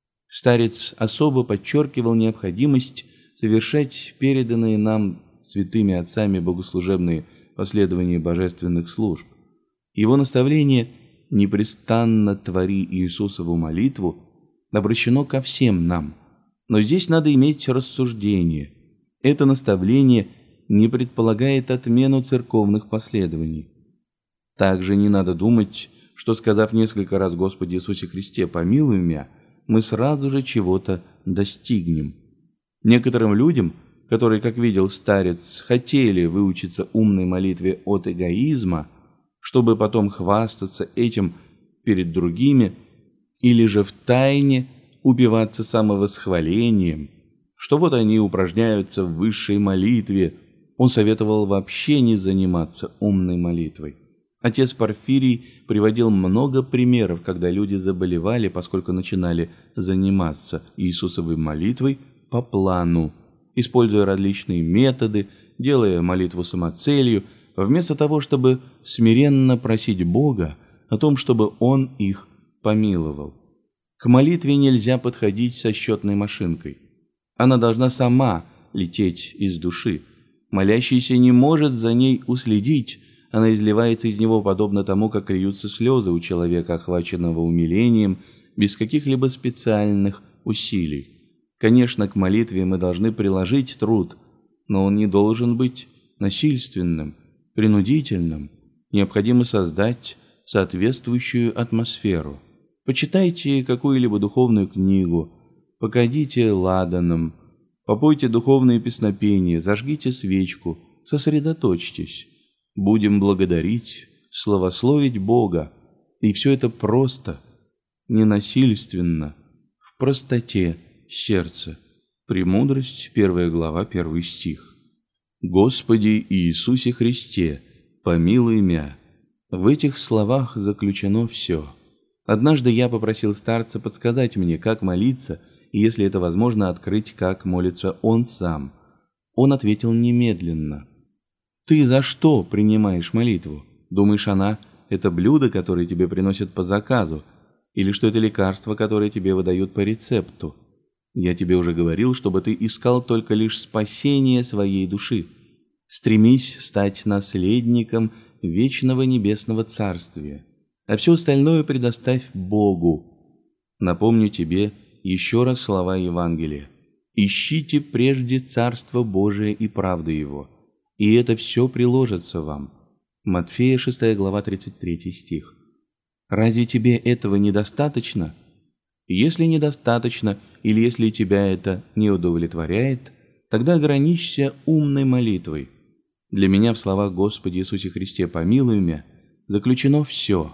Старец особо подчеркивал необходимость совершать переданные нам святыми отцами богослужебные последования божественных служб. Его наставление «непрестанно твори Иисусову молитву» обращено ко всем нам, но здесь надо иметь рассуждение. Это наставление не предполагает отмену церковных последований. Также не надо думать, что, сказав несколько раз «Господи Иисусе Христе, помилуй меня», мы сразу же чего-то достигнем. Некоторым людям, которые, как видел старец, хотели выучиться умной молитве от эгоизма, чтобы потом хвастаться этим перед другими, или же втайне упиваться самовосхвалением, что вот они упражняются в высшей молитве, он советовал вообще не заниматься умной молитвой. Отец Порфирий приводил много примеров, когда люди заболевали, поскольку начинали заниматься Иисусовой молитвой по плану, используя различные методы, делая молитву самоцелью, вместо того, чтобы смиренно просить Бога о том, чтобы Он их помиловал. К молитве нельзя подходить со счетной машинкой. Она должна сама лететь из души. Молящийся не может за ней уследить, она изливается из него подобно тому, как льются слезы у человека, охваченного умилением, без каких-либо специальных усилий. Конечно, к молитве мы должны приложить труд, но он не должен быть насильственным, принудительным. Необходимо создать соответствующую атмосферу. Почитайте какую-либо духовную книгу, покадите ладаном, попойте духовные песнопения, зажгите свечку, сосредоточьтесь. Будем благодарить, славословить Бога. И все это просто, ненасильственно, в простоте сердца. Премудрость, 1 глава, 1 стих. «Господи Иисусе Христе, помилуй мя». В этих словах заключено все. Однажды я попросил старца подсказать мне, как молиться, и, если это возможно, открыть, как молится он сам. Он ответил немедленно: «Ты за что принимаешь молитву? Думаешь, она – это блюдо, которое тебе приносят по заказу, или что это лекарство, которое тебе выдают по рецепту? Я тебе уже говорил, чтобы ты искал только лишь спасение своей души. Стремись стать наследником вечного небесного царствия, а все остальное предоставь Богу. Напомню тебе еще раз слова Евангелия: ищите прежде Царство Божие и правду Его, и это все приложится вам». Матфея 6 глава 33 стих. Разве тебе этого недостаточно? Если недостаточно, или если тебя это не удовлетворяет, тогда ограничься умной молитвой. Для меня в словах «Господи Иисусе Христе, помилуй мя» заключено все,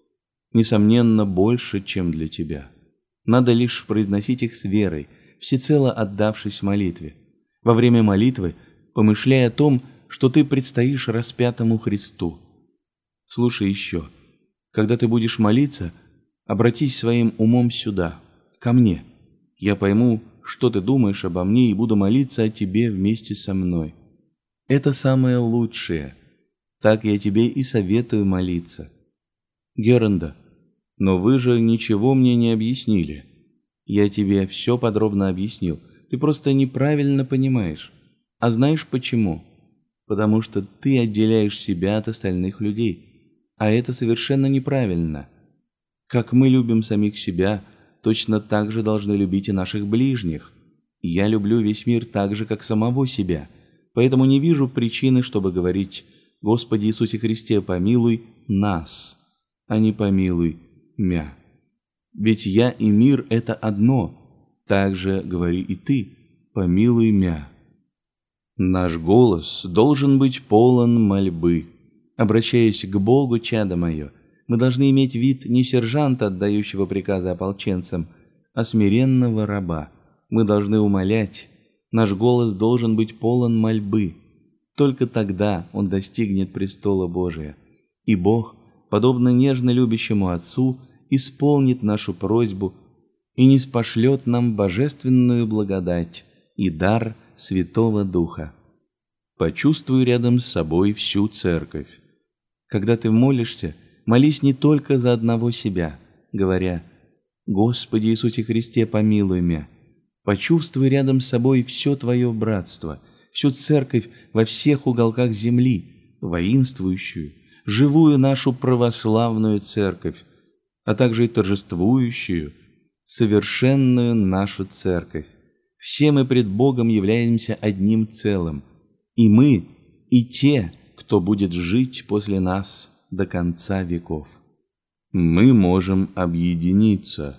несомненно, больше, чем для тебя. Надо лишь произносить их с верой, всецело отдавшись молитве. Во время молитвы помышляй о том, что ты предстоишь распятому Христу. Слушай еще. Когда ты будешь молиться, обратись своим умом сюда, ко мне. Я пойму, что ты думаешь обо мне, и буду молиться о тебе вместе со мной. Это самое лучшее. Так я тебе и советую молиться. Геренда, но вы же ничего мне не объяснили. Я тебе все подробно объяснил. Ты просто неправильно понимаешь. А знаешь почему? Потому что ты отделяешь себя от остальных людей. А это совершенно неправильно. Как мы любим самих себя, точно так же должны любить и наших ближних. Я люблю весь мир так же, как самого себя, поэтому не вижу причины, чтобы говорить: «Господи Иисусе Христе, помилуй нас», а не «помилуй мя». Ведь я и мир – это одно, так же говори и ты: «Помилуй мя». Наш голос должен быть полон мольбы. Обращаясь к Богу, чадо мое, мы должны иметь вид не сержанта, отдающего приказы ополченцам, а смиренного раба. Мы должны умолять. Наш голос должен быть полон мольбы. Только тогда он достигнет престола Божия. И Бог, подобно нежно любящему Отцу, исполнит нашу просьбу и ниспошлет нам божественную благодать и дар Святого Духа. Почувствуй рядом с собой всю церковь. Когда ты молишься, молись не только за одного себя, говоря: «Господи Иисусе Христе, помилуй меня». Почувствуй рядом с собой все твое братство, всю церковь во всех уголках земли, воинствующую, живую нашу православную церковь, а также и торжествующую, совершенную нашу церковь. Все мы пред Богом являемся одним целым, и мы, и те, кто будет жить после нас до конца веков. Мы можем объединиться.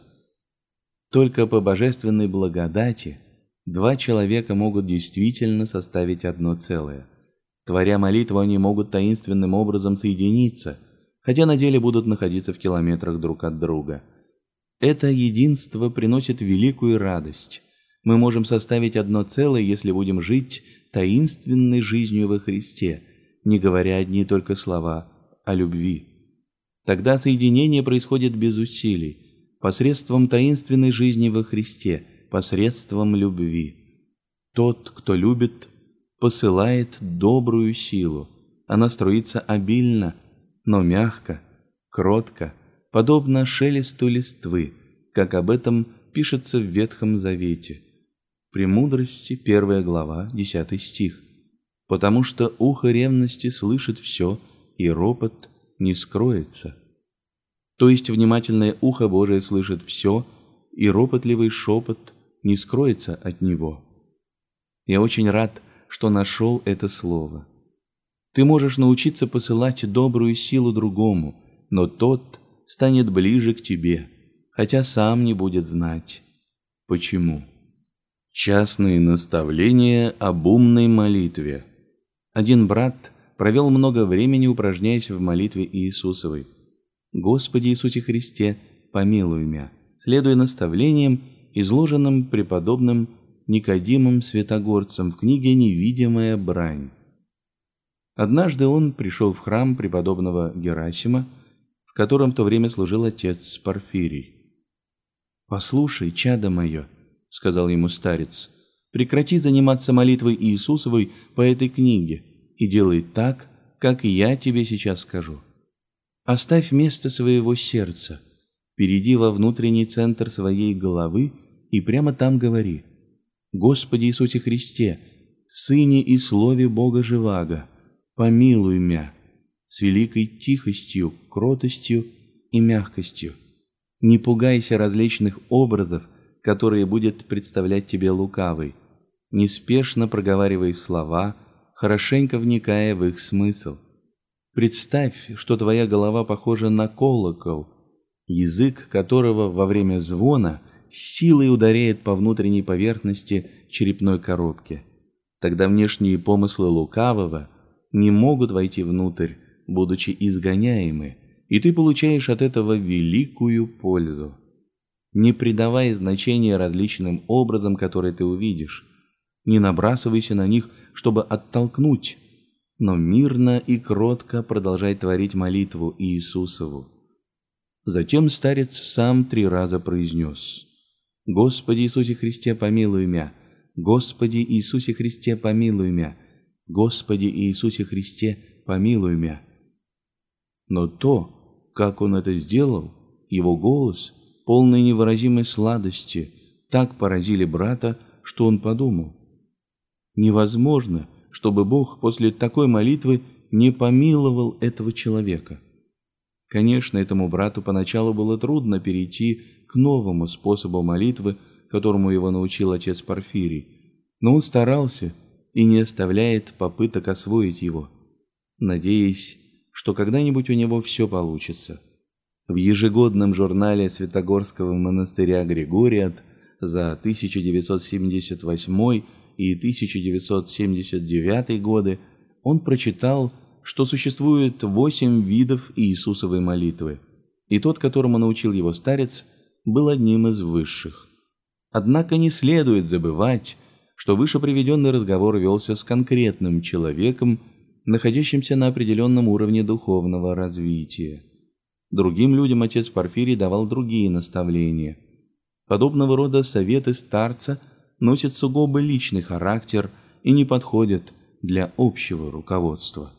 Только по божественной благодати два человека могут действительно составить одно целое. Творя молитву, они могут таинственным образом соединиться, хотя на деле будут находиться в километрах друг от друга. Это единство приносит великую радость. Мы можем составить одно целое, если будем жить таинственной жизнью во Христе, не говоря одни только слова о любви. Тогда соединение происходит без усилий, посредством таинственной жизни во Христе, посредством любви. Тот, кто любит, посылает добрую силу. Она струится обильно, но мягко, кротко, подобно шелесту листвы, как об этом пишется в Ветхом Завете. Премудрости, 1 глава, 10 стих. «Потому что ухо ревности слышит все, и ропот не скроется». То есть внимательное ухо Божие слышит все, и ропотливый шепот не скроется от него. Я очень рад, что нашел это слово. Ты можешь научиться посылать добрую силу другому, но тот станет ближе к тебе, хотя сам не будет знать, почему. Частные наставления об умной молитве. Один брат провел много времени, упражняясь в молитве Иисусовой: «Господи Иисусе Христе, помилуй меня», следуя наставлениям, изложенным преподобным Никодимом Святогорцем в книге «Невидимая брань». Однажды он пришел в храм преподобного Герасима, в котором в то время служил отец Порфирий. «Послушай, чадо мое», — сказал ему старец, — «прекрати заниматься молитвой Иисусовой по этой книге и делай так, как я тебе сейчас скажу. Оставь место своего сердца, перейди во внутренний центр своей головы и прямо там говори: Господи Иисусе Христе, Сыне и Слове Бога Живаго, помилуй мя, с великой тихостью, кротостью и мягкостью. Не пугайся различных образов, которые будет представлять тебе лукавый. Неспешно проговаривай слова, хорошенько вникая в их смысл. Представь, что твоя голова похожа на колокол, язык которого во время звона силой ударяет по внутренней поверхности черепной коробки. Тогда внешние помыслы лукавого не могут войти внутрь, будучи изгоняемы, и ты получаешь от этого великую пользу. Не придавай значения различным образам, которые ты увидишь. Не набрасывайся на них, чтобы оттолкнуть, но мирно и кротко продолжай творить молитву Иисусову. Затем старец сам 3 раза произнес: «Господи Иисусе Христе, помилуй мя! Господи Иисусе Христе, помилуй мя! Господи Иисусе Христе, помилуй мя!» Но то, как он это сделал, его голос, полный невыразимой сладости, так поразили брата, что он подумал: невозможно, чтобы Бог после такой молитвы не помиловал этого человека. Конечно, этому брату поначалу было трудно перейти к новому способу молитвы, которому его научил отец Порфирий, но он старался и не оставляет попыток освоить его, надеясь, что когда-нибудь у него все получится. В ежегодном журнале Святогорского монастыря Григориад за 1978 и 1979 годы он прочитал, что существует 8 видов Иисусовой молитвы, и тот, которому научил его старец, был одним из высших. Однако не следует забывать, что выше приведенный разговор велся с конкретным человеком, находящимся на определенном уровне духовного развития. Другим людям отец Порфирий давал другие наставления. Подобного рода советы старца носят сугубо личный характер и не подходят для общего руководства.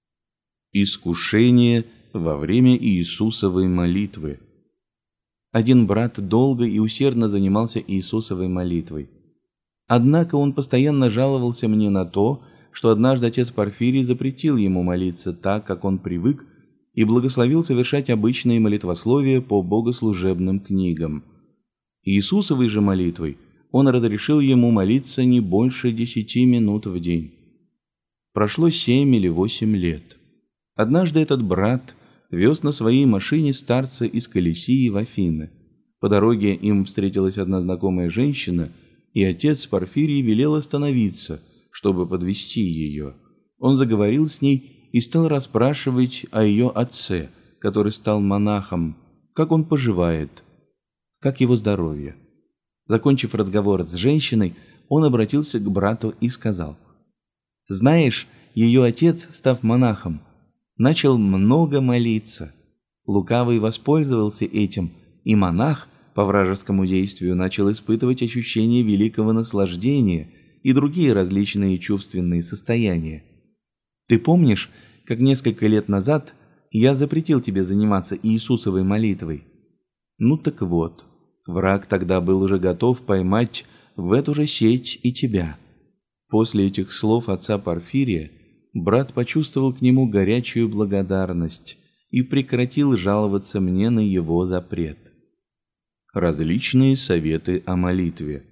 Искушение во время Иисусовой молитвы. Один брат долго и усердно занимался Иисусовой молитвой. Однако он постоянно жаловался мне на то, что однажды отец Порфирий запретил ему молиться так, как он привык, и благословил совершать обычные молитвословия по богослужебным книгам. Иисусовой же молитвой он разрешил ему молиться не больше 10 минут в день. Прошло 7 или 8 лет. Однажды этот брат вез на своей машине старца из Колесии в Афины. По дороге им встретилась одна знакомая женщина, и отец Порфирий велел остановиться, чтобы подвезти ее. Он заговорил с ней и стал расспрашивать о ее отце, который стал монахом, как он поживает, как его здоровье. Закончив разговор с женщиной, он обратился к брату и сказал: «Знаешь, ее отец, став монахом, начал много молиться. Лукавый воспользовался этим, и монах по вражескому действию начал испытывать ощущение великого наслаждения и другие различные чувственные состояния. Ты помнишь, как несколько лет назад я запретил тебе заниматься Иисусовой молитвой? Ну так вот, враг тогда был уже готов поймать в эту же сеть и тебя». После этих слов отца Порфирия брат почувствовал к нему горячую благодарность и прекратил жаловаться мне на его запрет. Различные советы о молитве.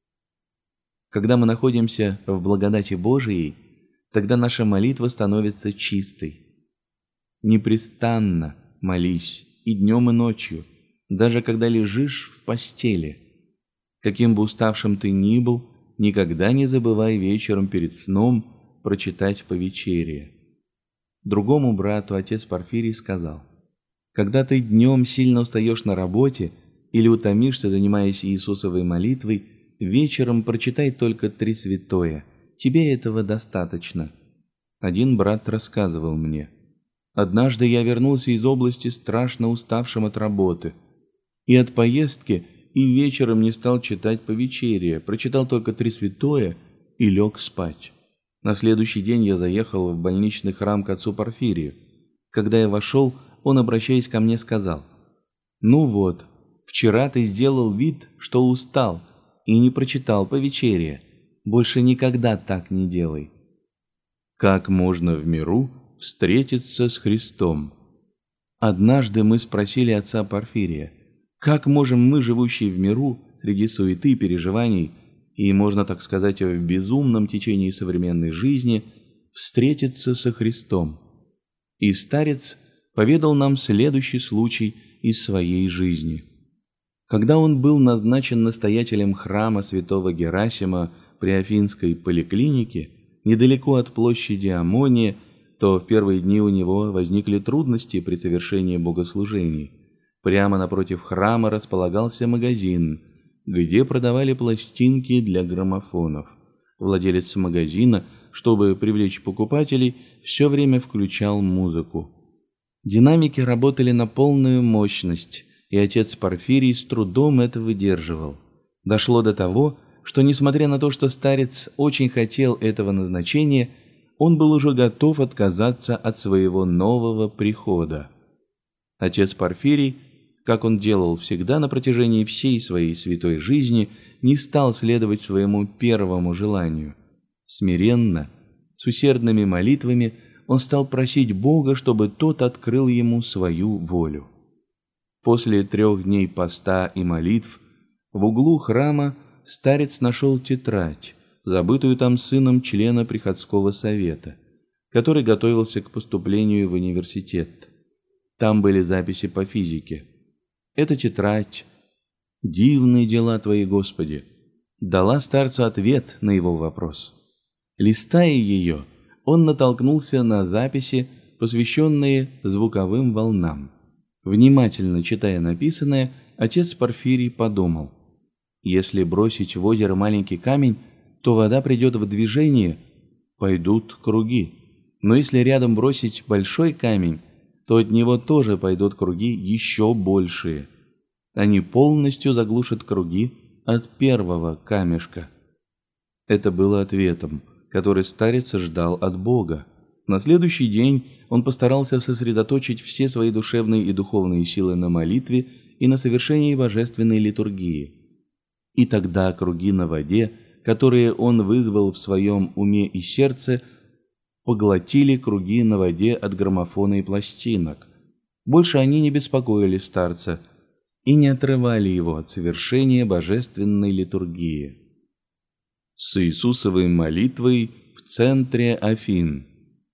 Когда мы находимся в благодати Божией, тогда наша молитва становится чистой. Непрестанно молись и днем, и ночью, даже когда лежишь в постели. Каким бы уставшим ты ни был, никогда не забывай вечером перед сном прочитать повечерие. Другому брату отец Порфирий сказал: когда ты днем сильно устаешь на работе или утомишься, занимаясь Иисусовой молитвой, вечером прочитай только 3 святое. Тебе этого достаточно. Один брат рассказывал мне: однажды я вернулся из области страшно уставшим от работы и от поездки, и вечером не стал читать повечерие, прочитал только 3 святое и лег спать. На следующий день я заехал в больничный храм к отцу Порфирию. Когда я вошел, он, обращаясь ко мне, сказал: «Ну вот, вчера ты сделал вид, что устал и не прочитал повечерие. Больше никогда так не делай». Как можно в миру встретиться с Христом? Однажды мы спросили отца Порфирия: как можем мы, живущие в миру, среди суеты и переживаний, и, можно так сказать, в безумном течении современной жизни, встретиться со Христом? И старец поведал нам следующий случай из своей жизни. Когда он был назначен настоятелем храма святого Герасима при Афинской поликлинике, недалеко от площади Амония, то в первые дни у него возникли трудности при совершении богослужений. Прямо напротив храма располагался магазин, где продавали пластинки для граммофонов. Владелец магазина, чтобы привлечь покупателей, все время включал музыку. Динамики работали на полную мощность, и отец Порфирий с трудом это выдерживал. Дошло до того, что, несмотря на то, что старец очень хотел этого назначения, он был уже готов отказаться от своего нового прихода. Отец Порфирий, как он делал всегда на протяжении всей своей святой жизни, не стал следовать своему первому желанию. Смиренно, с усердными молитвами, он стал просить Бога, чтобы тот открыл ему свою волю. После 3 дней поста и молитв в углу храма старец нашел тетрадь, забытую там сыном члена приходского совета, который готовился к поступлению в университет. Там были записи по физике. Эта тетрадь, дивные дела Твои, Господи, дала старцу ответ на его вопрос. Листая ее, он натолкнулся на записи, посвященные звуковым волнам. Внимательно читая написанное, отец Порфирий подумал: если бросить в озеро маленький камень, то вода придет в движение, пойдут круги. Но если рядом бросить большой камень, то от него тоже пойдут круги еще большие. Они полностью заглушат круги от первого камешка. Это было ответом, который старец ждал от Бога. На следующий день он постарался сосредоточить все свои душевные и духовные силы на молитве и на совершении божественной литургии. И тогда круги на воде, которые он вызвал в своем уме и сердце, поглотили круги на воде от граммофона и пластинок. Больше они не беспокоили старца и не отрывали его от совершения божественной литургии. С Иисусовой молитвой в центре Афин.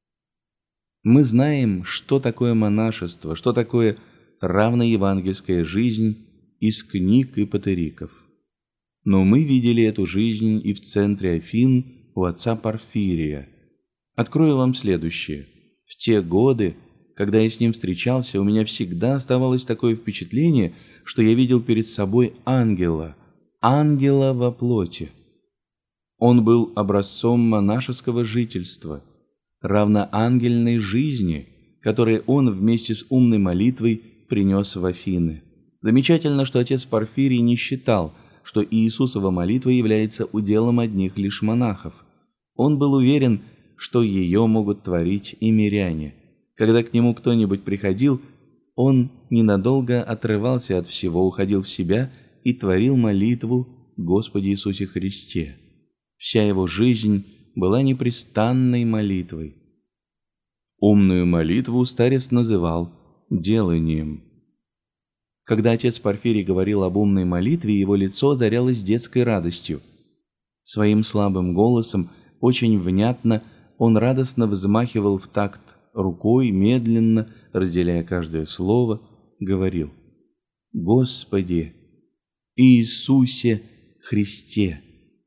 Мы знаем, что такое монашество, что такое равноевангельская жизнь из книг и патериков. Но мы видели эту жизнь и в центре Афин у отца Порфирия. Открою вам следующее. В те годы, когда я с ним встречался, у меня всегда оставалось такое впечатление, что я видел перед собой ангела во плоти. Он был образцом монашеского жительства, равноангельной жизни, которую он вместе с умной молитвой принес в Афины. Замечательно, что отец Порфирий не считал, что Иисусова молитва является уделом одних лишь монахов. Он был уверен, что ее могут творить и миряне. Когда к нему кто-нибудь приходил, он ненадолго отрывался от всего, уходил в себя и творил молитву Господи Иисусе Христе. Вся его жизнь была непрестанной молитвой. Умную молитву старец называл деланием. Когда отец Порфирий говорил об умной молитве, его лицо озарялось детской радостью. Своим слабым голосом, очень внятно, он радостно взмахивал в такт рукой, медленно, разделяя каждое слово, говорил: «Господи, Иисусе Христе,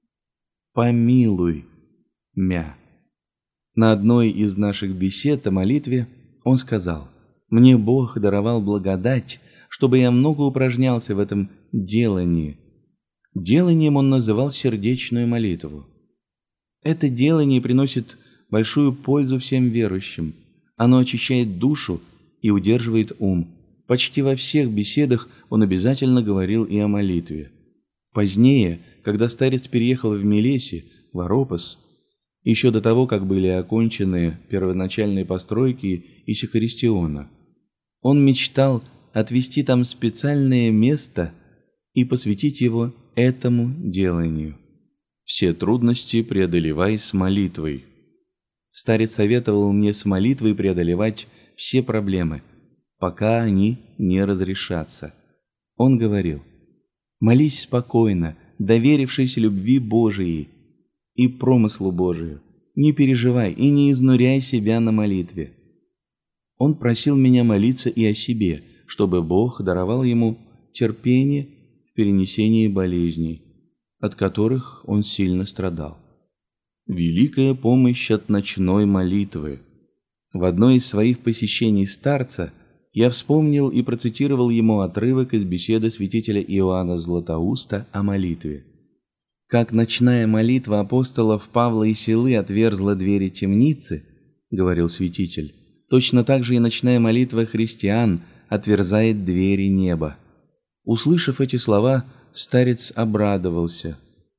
помилуй мя». На одной из наших бесед о молитве он сказал: «Мне Бог даровал благодать, чтобы я много упражнялся в этом делании». Деланием он называл сердечную молитву. Это делание приносит большую пользу всем верующим. Оно очищает душу и удерживает ум. Почти во всех беседах он обязательно говорил и о молитве. Позднее, когда старец переехал в Милеси, в Аропос, еще до того, как были окончены первоначальные постройки Исихаристиона, он мечтал отвести там специальное место и посвятить его этому деланию. Все трудности преодолевай с молитвой. Старец советовал мне с молитвой преодолевать все проблемы, пока они не разрешатся. Он говорил: молись спокойно, доверившись любви Божией и промыслу Божию. Не переживай и не изнуряй себя на молитве. Он просил меня молиться и о себе, чтобы Бог даровал ему терпение в перенесении болезней, от которых он сильно страдал. Великая помощь от ночной молитвы. В одно из своих посещений старца я вспомнил и процитировал ему отрывок из беседы святителя Иоанна Златоуста о молитве. «Как ночная молитва апостолов Павла и Силы отверзла двери темницы, — говорил святитель, — точно так же и ночная молитва христиан отверзает двери неба». Услышав эти слова, старец обрадовался.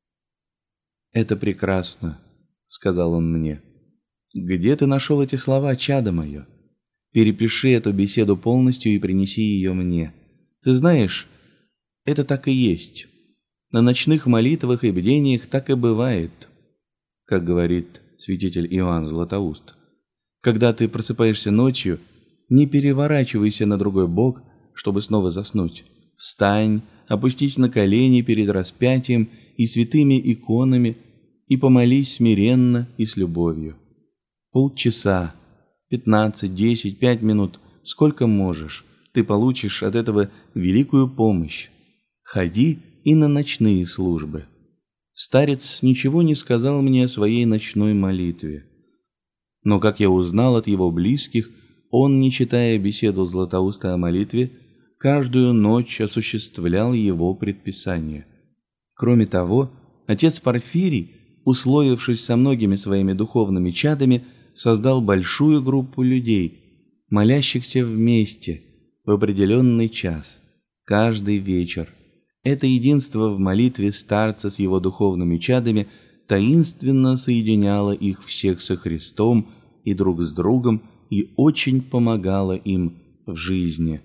«Это прекрасно», — сказал он мне. «Где ты нашел эти слова, чадо мое? Перепиши эту беседу полностью и принеси ее мне. Ты знаешь, это так и есть. На ночных молитвах и бдениях так и бывает, как говорит святитель Иоанн Златоуст. Когда ты просыпаешься ночью, не переворачивайся на другой бок, чтобы снова заснуть. Встань, опустись на колени перед распятием и святыми иконами и помолись смиренно и с любовью. Полчаса, 15, 10, 5 минут, сколько можешь, ты получишь от этого великую помощь. Ходи и на ночные службы. Старец ничего не сказал мне о своей ночной молитве. Но, как я узнал от его близких, он, не читая беседу Златоуста о молитве, каждую ночь осуществлял его предписание. Кроме того, отец Порфирий, условившись со многими своими духовными чадами, создал большую группу людей, молящихся вместе в определенный час, каждый вечер. Это единство в молитве старца с его духовными чадами таинственно соединяло их всех со Христом и друг с другом и очень помогало им в жизни.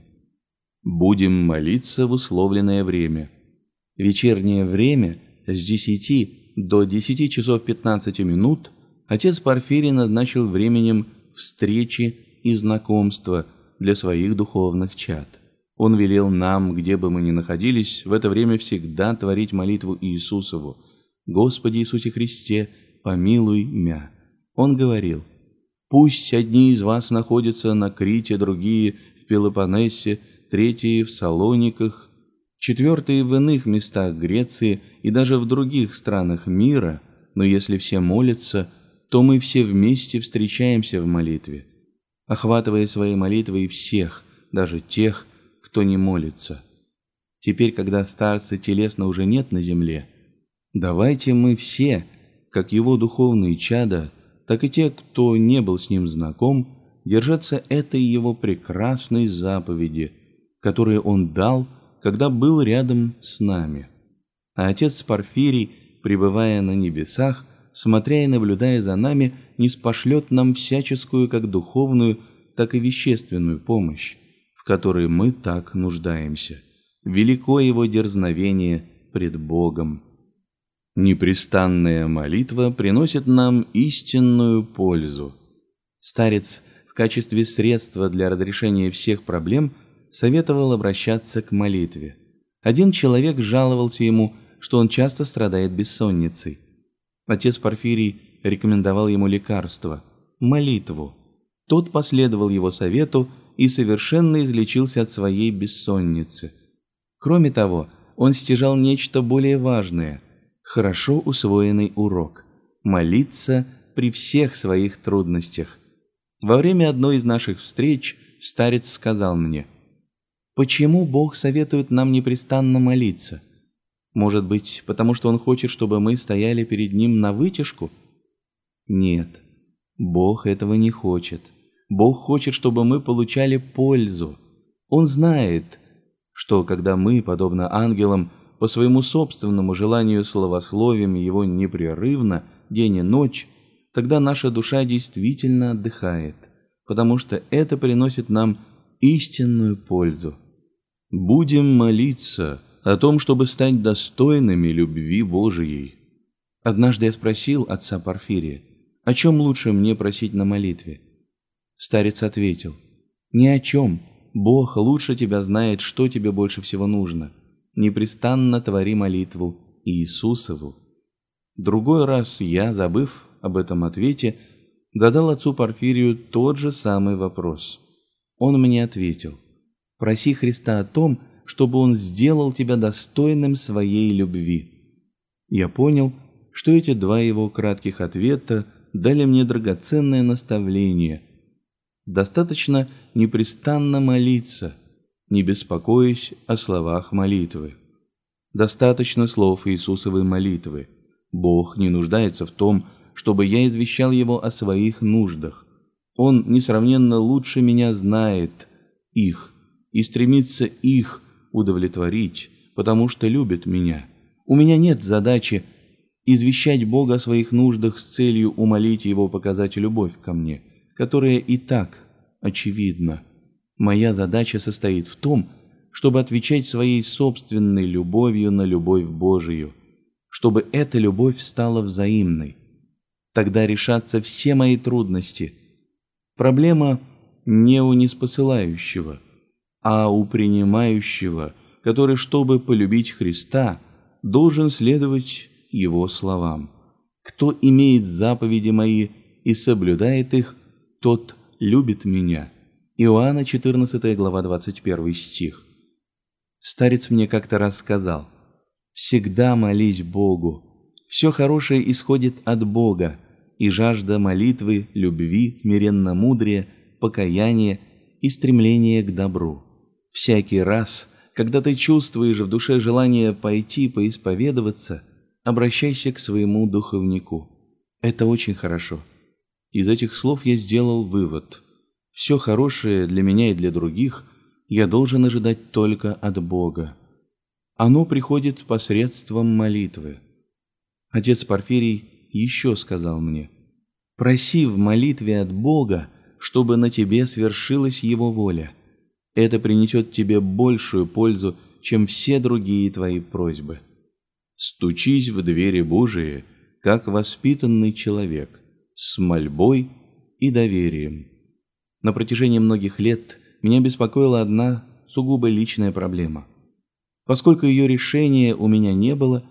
Будем молиться в условленное время. Вечернее время с 10 до 10 часов 15 минут отец Порфирий назначил временем встречи и знакомства для своих духовных чад. Он велел нам, где бы мы ни находились, в это время всегда творить молитву Иисусову: «Господи Иисусе Христе, помилуй мя». Он говорил: «Пусть одни из вас находятся на Крите, другие в Пелопоннесе, третьи в Салониках, четвертые в иных местах Греции и даже в других странах мира, но если все молятся, то мы все вместе встречаемся в молитве, охватывая своей молитвой всех, даже тех, кто не молится. Теперь, когда старца телесно уже нет на земле, давайте мы все, как его духовные чада, так и те, кто не был с ним знаком, держаться этой его прекрасной заповеди, которые он дал, когда был рядом с нами. А отец Порфирий, пребывая на небесах, смотря и наблюдая за нами, ниспошлет нам всяческую как духовную, так и вещественную помощь, в которой мы так нуждаемся. Велико его дерзновение пред Богом. Непрестанная молитва приносит нам истинную пользу. Старец в качестве средства для разрешения всех проблем советовал обращаться к молитве. Один человек жаловался ему, что он часто страдает бессонницей. Отец Порфирий рекомендовал ему лекарство – молитву. Тот последовал его совету и совершенно излечился от своей бессонницы. Кроме того, он стяжал нечто более важное – хорошо усвоенный урок – молиться при всех своих трудностях. Во время одной из наших встреч старец сказал мне: «Почему Бог советует нам непрестанно молиться? Может быть, потому что Он хочет, чтобы мы стояли перед Ним на вытяжку? Нет, Бог этого не хочет. Бог хочет, чтобы мы получали пользу. Он знает, что когда мы, подобно ангелам, по своему собственному желанию славословим Его непрерывно, день и ночь, тогда наша душа действительно отдыхает, потому что это приносит нам истинную пользу. Будем молиться о том, чтобы стать достойными любви Божией». Однажды я спросил отца Порфирия, о чем лучше мне просить на молитве. Старец ответил: «Ни о чем. Бог лучше тебя знает, что тебе больше всего нужно. Непрестанно твори молитву Иисусову». Другой раз я, забыв об этом ответе, задал отцу Порфирию тот же самый вопрос. Он мне ответил: «Проси Христа о том, чтобы Он сделал тебя достойным своей любви». Я понял, что эти два его кратких ответа дали мне драгоценное наставление. Достаточно непрестанно молиться, не беспокоясь о словах молитвы. Достаточно слов Иисусовой молитвы. Бог не нуждается в том, чтобы я извещал Его о своих нуждах. Он несравненно лучше меня знает их и стремится их удовлетворить, потому что любит меня. У меня нет задачи извещать Бога о своих нуждах с целью умолить Его показать любовь ко мне, которая и так очевидна. Моя задача состоит в том, чтобы отвечать своей собственной любовью на любовь Божию, чтобы эта любовь стала взаимной. Тогда решатся все мои трудности. Проблема не у неспосылающего, а у принимающего, который, чтобы полюбить Христа, должен следовать Его словам. Кто имеет заповеди мои и соблюдает их, тот любит меня. Иоанна 14 глава 21 стих. Старец мне как-то раз сказал: «Всегда молись Богу. Все хорошее исходит от Бога, и жажда молитвы, любви, смиренно-мудрия, покаяния и стремления к добру. Всякий раз, когда ты чувствуешь в душе желание пойти поисповедоваться, обращайся к своему духовнику. Это очень хорошо». Из этих слов я сделал вывод: все хорошее для меня и для других я должен ожидать только от Бога. Оно приходит посредством молитвы. Отец Порфирий еще сказал мне: «Проси в молитве от Бога, чтобы на тебе свершилась Его воля. Это принесет тебе большую пользу, чем все другие твои просьбы. Стучись в двери Божии, как воспитанный человек, с мольбой и доверием». На протяжении многих лет меня беспокоила одна сугубо личная проблема. Поскольку ее решения у меня не было,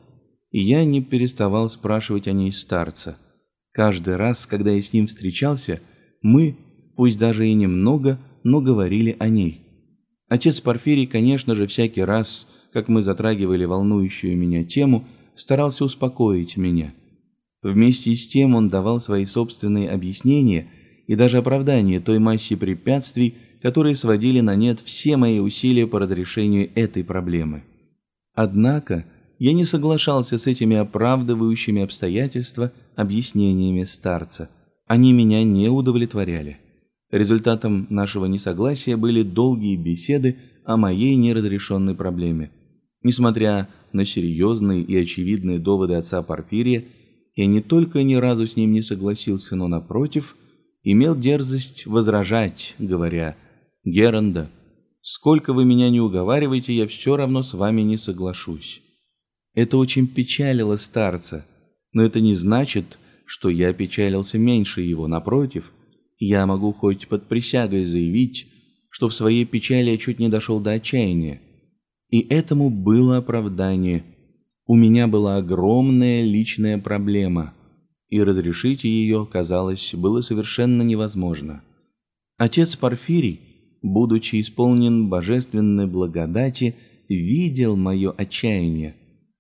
я не переставал спрашивать о ней старца. Каждый раз, когда я с ним встречался, мы, пусть даже и немного, но говорили о ней. Отец Порфирий, конечно же, всякий раз, как мы затрагивали волнующую меня тему, старался успокоить меня. Вместе с тем он давал свои собственные объяснения и даже оправдание той массе препятствий, которые сводили на нет все мои усилия по разрешению этой проблемы. Однако я не соглашался с этими оправдывающими обстоятельства объяснениями старца. Они меня не удовлетворяли. Результатом нашего несогласия были долгие беседы о моей неразрешенной проблеме. Несмотря на серьезные и очевидные доводы отца Порфирия, я не только ни разу с ним не согласился, но, напротив, имел дерзость возражать, говоря: «Геранда, сколько вы меня не уговариваете, я все равно с вами не соглашусь». Это очень печалило старца, но это не значит, что я печалился меньше его. Напротив, я могу хоть под присягой заявить, что в своей печали я чуть не дошел до отчаяния. И этому было оправдание. У меня была огромная личная проблема, и разрешить ее, казалось, было совершенно невозможно. Отец Порфирий, будучи исполнен божественной благодати, видел мое отчаяние,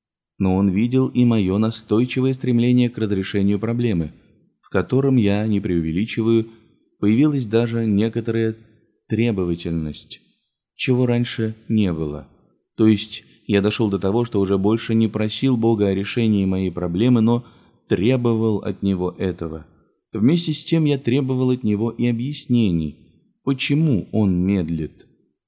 но он видел и мое настойчивое стремление к разрешению проблемы, в котором, я не преувеличиваю, появилась даже некоторая требовательность, чего раньше не было. То есть я дошел до того, что уже больше не просил Бога о решении моей проблемы, но требовал от Него этого. Вместе с тем я требовал от Него и объяснений, почему Он медлит.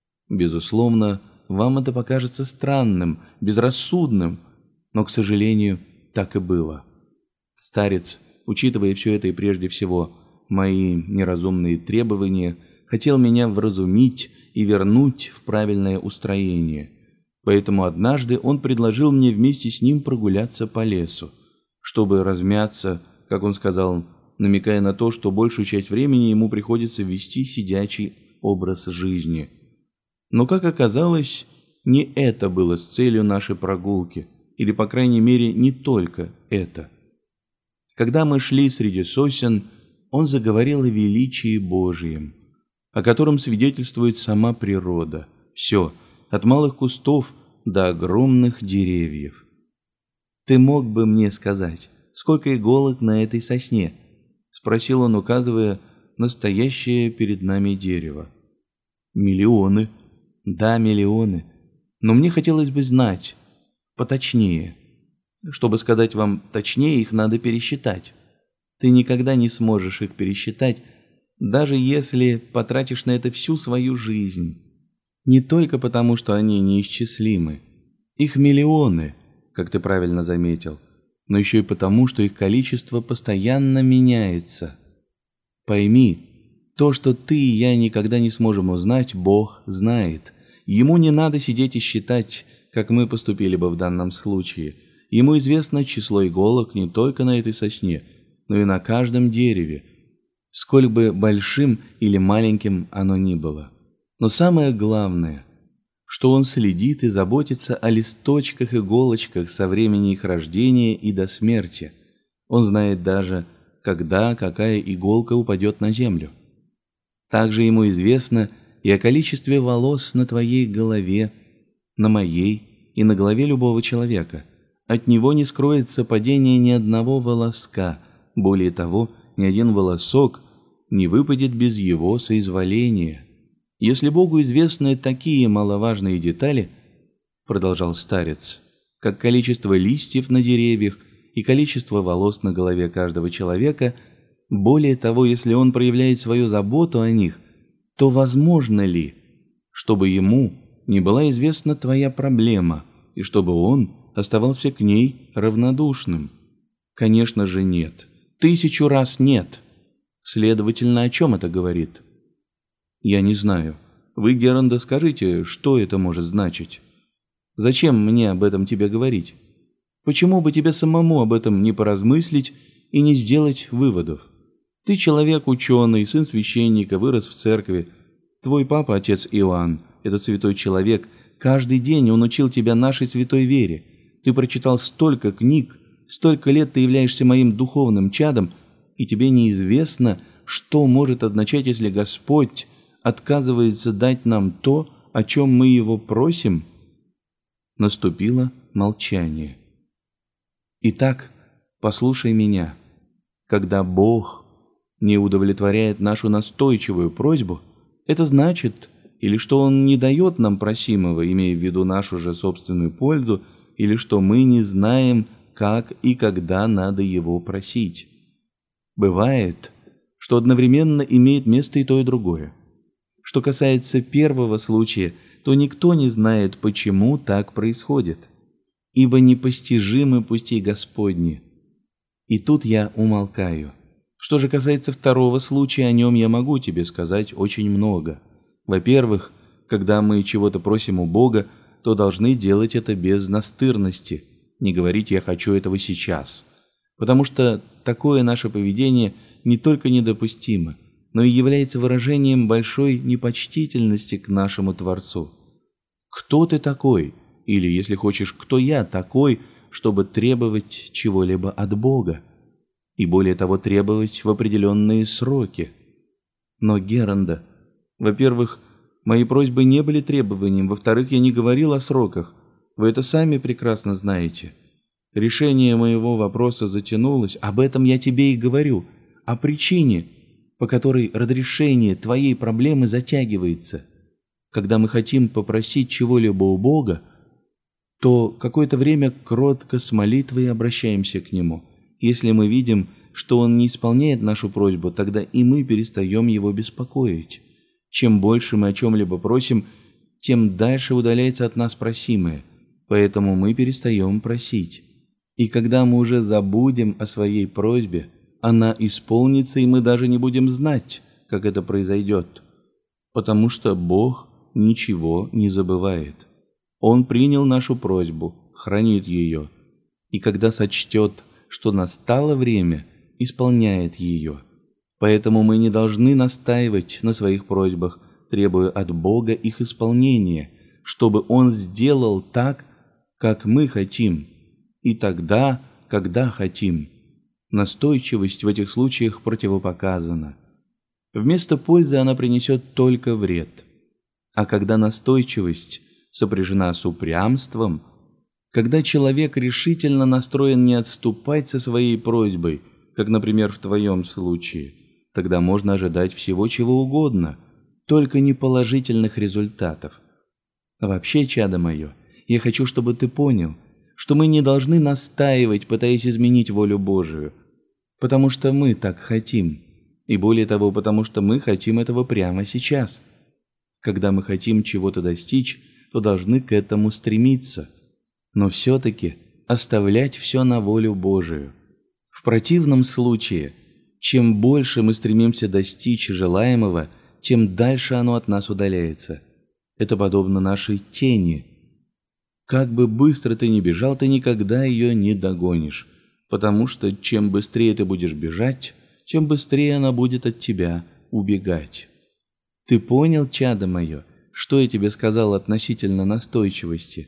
Безусловно, вам это покажется странным, безрассудным, но, к сожалению, так и было. Старец, учитывая все это и прежде всего мои неразумные требования, хотел меня вразумить и вернуть в правильное устроение. Поэтому однажды он предложил мне вместе с ним прогуляться по лесу, чтобы размяться, как он сказал, намекая на то, что большую часть времени ему приходится вести сидячий образ жизни. Но, как оказалось, не это было с целью нашей прогулки, или, по крайней мере, не только это. Когда мы шли среди сосен, он заговорил о величии Божьем, о котором свидетельствует сама природа. Все, от малых кустов до огромных деревьев. «Ты мог бы мне сказать, сколько иголок на этой сосне?» — спросил он, указывая на стоящее перед нами дерево. «Миллионы». «Да, миллионы. Но мне хотелось бы знать поточнее. Чтобы сказать вам точнее, их надо пересчитать. Ты никогда не сможешь их пересчитать, даже если потратишь на это всю свою жизнь. Не только потому, что они неисчислимы. Их миллионы, как ты правильно заметил, но еще и потому, что их количество постоянно меняется. Пойми, то, что ты и я никогда не сможем узнать, Бог знает. Ему не надо сидеть и считать, как мы поступили бы в данном случае. Ему известно число иголок не только на этой сосне, но и на каждом дереве. сколь бы большим или маленьким оно ни было. Но самое главное, что он следит и заботится о листочках, иголочках со времени их рождения и до смерти. Он знает даже, когда какая иголка упадет на землю. Также ему известно и о количестве волос на твоей голове, на моей и на голове любого человека. От него не скроется падение ни одного волоска, более того, ни один волосок не выпадет без его соизволения. Если Богу известны такие маловажные детали, продолжал старец, как количество листьев на деревьях и количество волос на голове каждого человека, более того, если он проявляет свою заботу о них, то возможно ли, чтобы ему не была известна твоя проблема и чтобы он оставался к ней равнодушным? Конечно же нет. 1000 раз нет. Следовательно, о чем это говорит? Я не знаю. Вы, Геранда, скажите, что это может значить? Зачем мне об этом тебе говорить? Почему бы тебе самому об этом не поразмыслить и не сделать выводов? Ты человек ученый, сын священника, вырос в церкви. Твой папа, отец Иоанн, этот святой человек, каждый день он учил тебя нашей святой вере. Ты прочитал столько книг, столько лет ты являешься моим духовным чадом, и тебе неизвестно, что может означать, если Господь отказывается дать нам то, о чем мы Его просим? Наступило молчание. Итак, послушай меня. Когда Бог не удовлетворяет нашу настойчивую просьбу, это значит, или что Он не дает нам просимого, имея в виду нашу же собственную пользу, или что мы не знаем, как и когда надо Его просить. Бывает, что одновременно имеет место и то, и другое. Что касается первого случая, то никто не знает, почему так происходит, ибо непостижимы пути Господни. И тут я умолкаю. Что же касается второго случая, о нем я могу тебе сказать очень много. Во-первых, когда мы чего-то просим у Бога, то должны делать это без настырности, не говорить «я хочу этого сейчас», потому что такое наше поведение не только недопустимо, но и является выражением большой непочтительности к нашему Творцу. Кто ты такой, или, если хочешь, кто я такой, чтобы требовать чего-либо от Бога, и более того требовать в определенные сроки? Но, Геранда, во-первых, мои просьбы не были требованием, во-вторых, я не говорил о сроках, вы это сами прекрасно знаете. Решение моего вопроса затянулось, об этом я тебе и говорю, о причине, по которой разрешение твоей проблемы затягивается. Когда мы хотим попросить чего-либо у Бога, то какое-то время кротко с молитвой обращаемся к Нему. Если мы видим, что Он не исполняет нашу просьбу, тогда и мы перестаем Его беспокоить. Чем больше мы о чем-либо просим, тем дальше удаляется от нас просимое, поэтому мы перестаем просить. И когда мы уже забудем о своей просьбе, она исполнится, и мы даже не будем знать, как это произойдет, потому что Бог ничего не забывает. Он принял нашу просьбу, хранит ее, и когда сочтет, что настало время, исполняет ее. Поэтому мы не должны настаивать на своих просьбах, требуя от Бога их исполнения, чтобы Он сделал так, как мы хотим, и тогда, когда хотим. Настойчивость в этих случаях противопоказана. Вместо пользы она принесет только вред. А когда настойчивость сопряжена с упрямством, когда человек решительно настроен не отступать со своей просьбой, как, например, в твоем случае, тогда можно ожидать всего чего угодно, только не положительных результатов. А вообще, чадо мое, я хочу, чтобы ты понял, что мы не должны настаивать, пытаясь изменить волю Божию, потому что мы так хотим, и более того, потому что мы хотим этого прямо сейчас. Когда мы хотим чего-то достичь, то должны к этому стремиться, но все-таки оставлять все на волю Божию. В противном случае, чем больше мы стремимся достичь желаемого, тем дальше оно от нас удаляется. Это подобно нашей тени. Как бы быстро ты ни бежал, ты никогда ее не догонишь, потому что чем быстрее ты будешь бежать, тем быстрее она будет от тебя убегать. Ты понял, чадо мое, что я тебе сказал относительно настойчивости?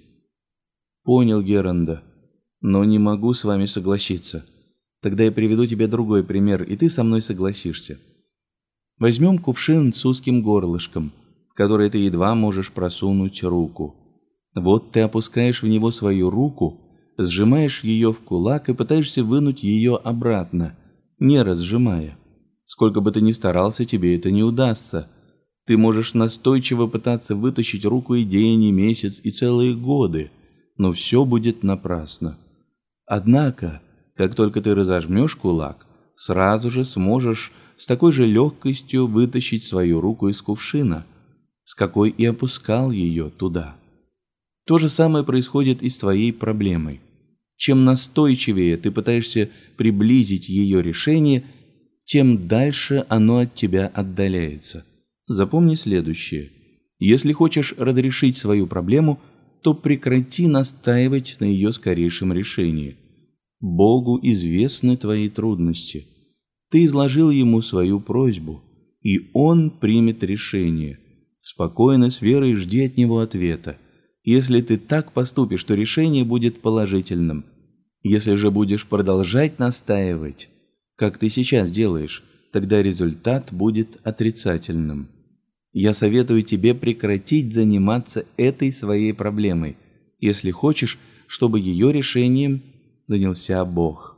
Понял, Геранда, но не могу с вами согласиться. Тогда я приведу тебе другой пример, и ты со мной согласишься. Возьмем кувшин с узким горлышком, в который ты едва можешь просунуть руку. Вот ты опускаешь в него свою руку, сжимаешь ее в кулак и пытаешься вынуть ее обратно, не разжимая. Сколько бы ты ни старался, тебе это не удастся. Ты можешь настойчиво пытаться вытащить руку и день, и месяц, и целые годы, но все будет напрасно. Однако, как только ты разожмешь кулак, сразу же сможешь с такой же легкостью вытащить свою руку из кувшина, с какой и опускал ее туда. То же самое происходит и с твоей проблемой. Чем настойчивее ты пытаешься приблизить ее решение, тем дальше оно от тебя отдаляется. Запомни следующее. Если хочешь разрешить свою проблему, то прекрати настаивать на ее скорейшем решении. Богу известны твои трудности. Ты изложил Ему свою просьбу, и Он примет решение. Спокойно, с верой жди от Него ответа. Если ты так поступишь, то решение будет положительным. Если же будешь продолжать настаивать, как ты сейчас делаешь, тогда результат будет отрицательным. Я советую тебе прекратить заниматься этой своей проблемой, если хочешь, чтобы ее решением занялся Бог.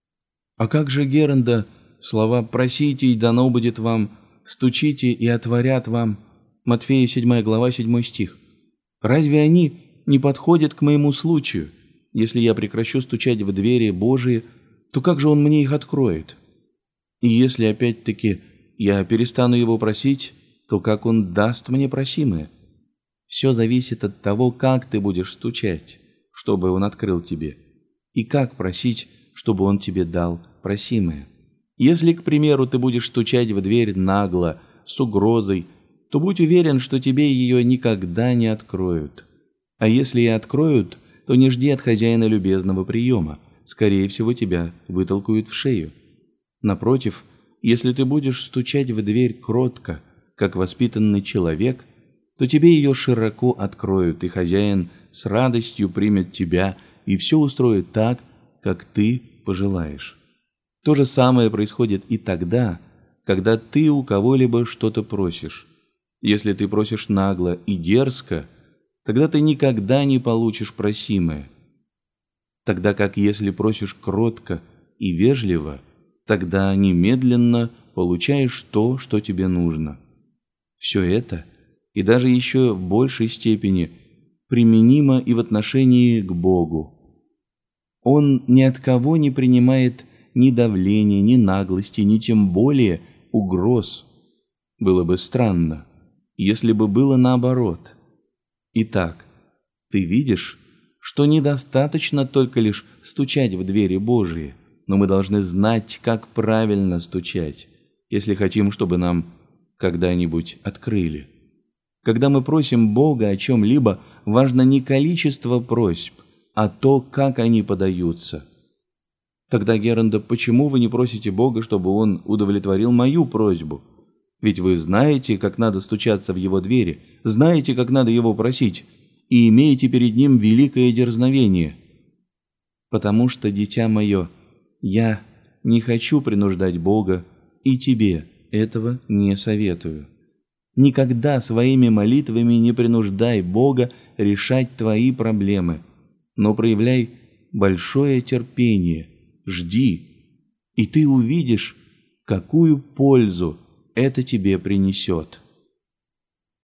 А как же, Геранда, слова «просите, и дано будет вам», «стучите, и отворят вам», Матфея 7 глава 7 стих? Разве они не подходят к моему случаю? Если я прекращу стучать в двери Божии, то как же Он мне их откроет? И если опять-таки я перестану Его просить, то как Он даст мне просимое? Все зависит от того, как ты будешь стучать, чтобы Он открыл тебе, и как просить, чтобы Он тебе дал просимое. Если, к примеру, ты будешь стучать в дверь нагло, с угрозой, то будь уверен, что тебе ее никогда не откроют. А если и откроют, то не жди от хозяина любезного приема. Скорее всего, тебя вытолкают в шею. Напротив, если ты будешь стучать в дверь кротко, как воспитанный человек, то тебе ее широко откроют, и хозяин с радостью примет тебя и все устроит так, как ты пожелаешь. То же самое происходит и тогда, когда ты у кого-либо что-то просишь. Если ты просишь нагло и дерзко, тогда ты никогда не получишь просимое. Тогда как если просишь кротко и вежливо, тогда немедленно получаешь то, что тебе нужно. Все это, и даже еще в большей степени, применимо и в отношении к Богу. Он ни от кого не принимает ни давления, ни наглости, ни тем более угроз. Было бы странно, если бы было наоборот. Итак, ты видишь, что недостаточно только лишь стучать в двери Божии, но мы должны знать, как правильно стучать, если хотим, чтобы нам когда-нибудь открыли. Когда мы просим Бога о чем-либо, важно не количество просьб, а то, как они подаются. Тогда, Геранда, почему вы не просите Бога, чтобы Он удовлетворил мою просьбу? Ведь вы знаете, как надо стучаться в Его двери, знаете, как надо Его просить, и имеете перед Ним великое дерзновение. Потому что, дитя мое, я не хочу принуждать Бога, и тебе этого не советую. Никогда своими молитвами не принуждай Бога решать твои проблемы, но проявляй большое терпение, жди, и ты увидишь, какую пользу это тебе принесет.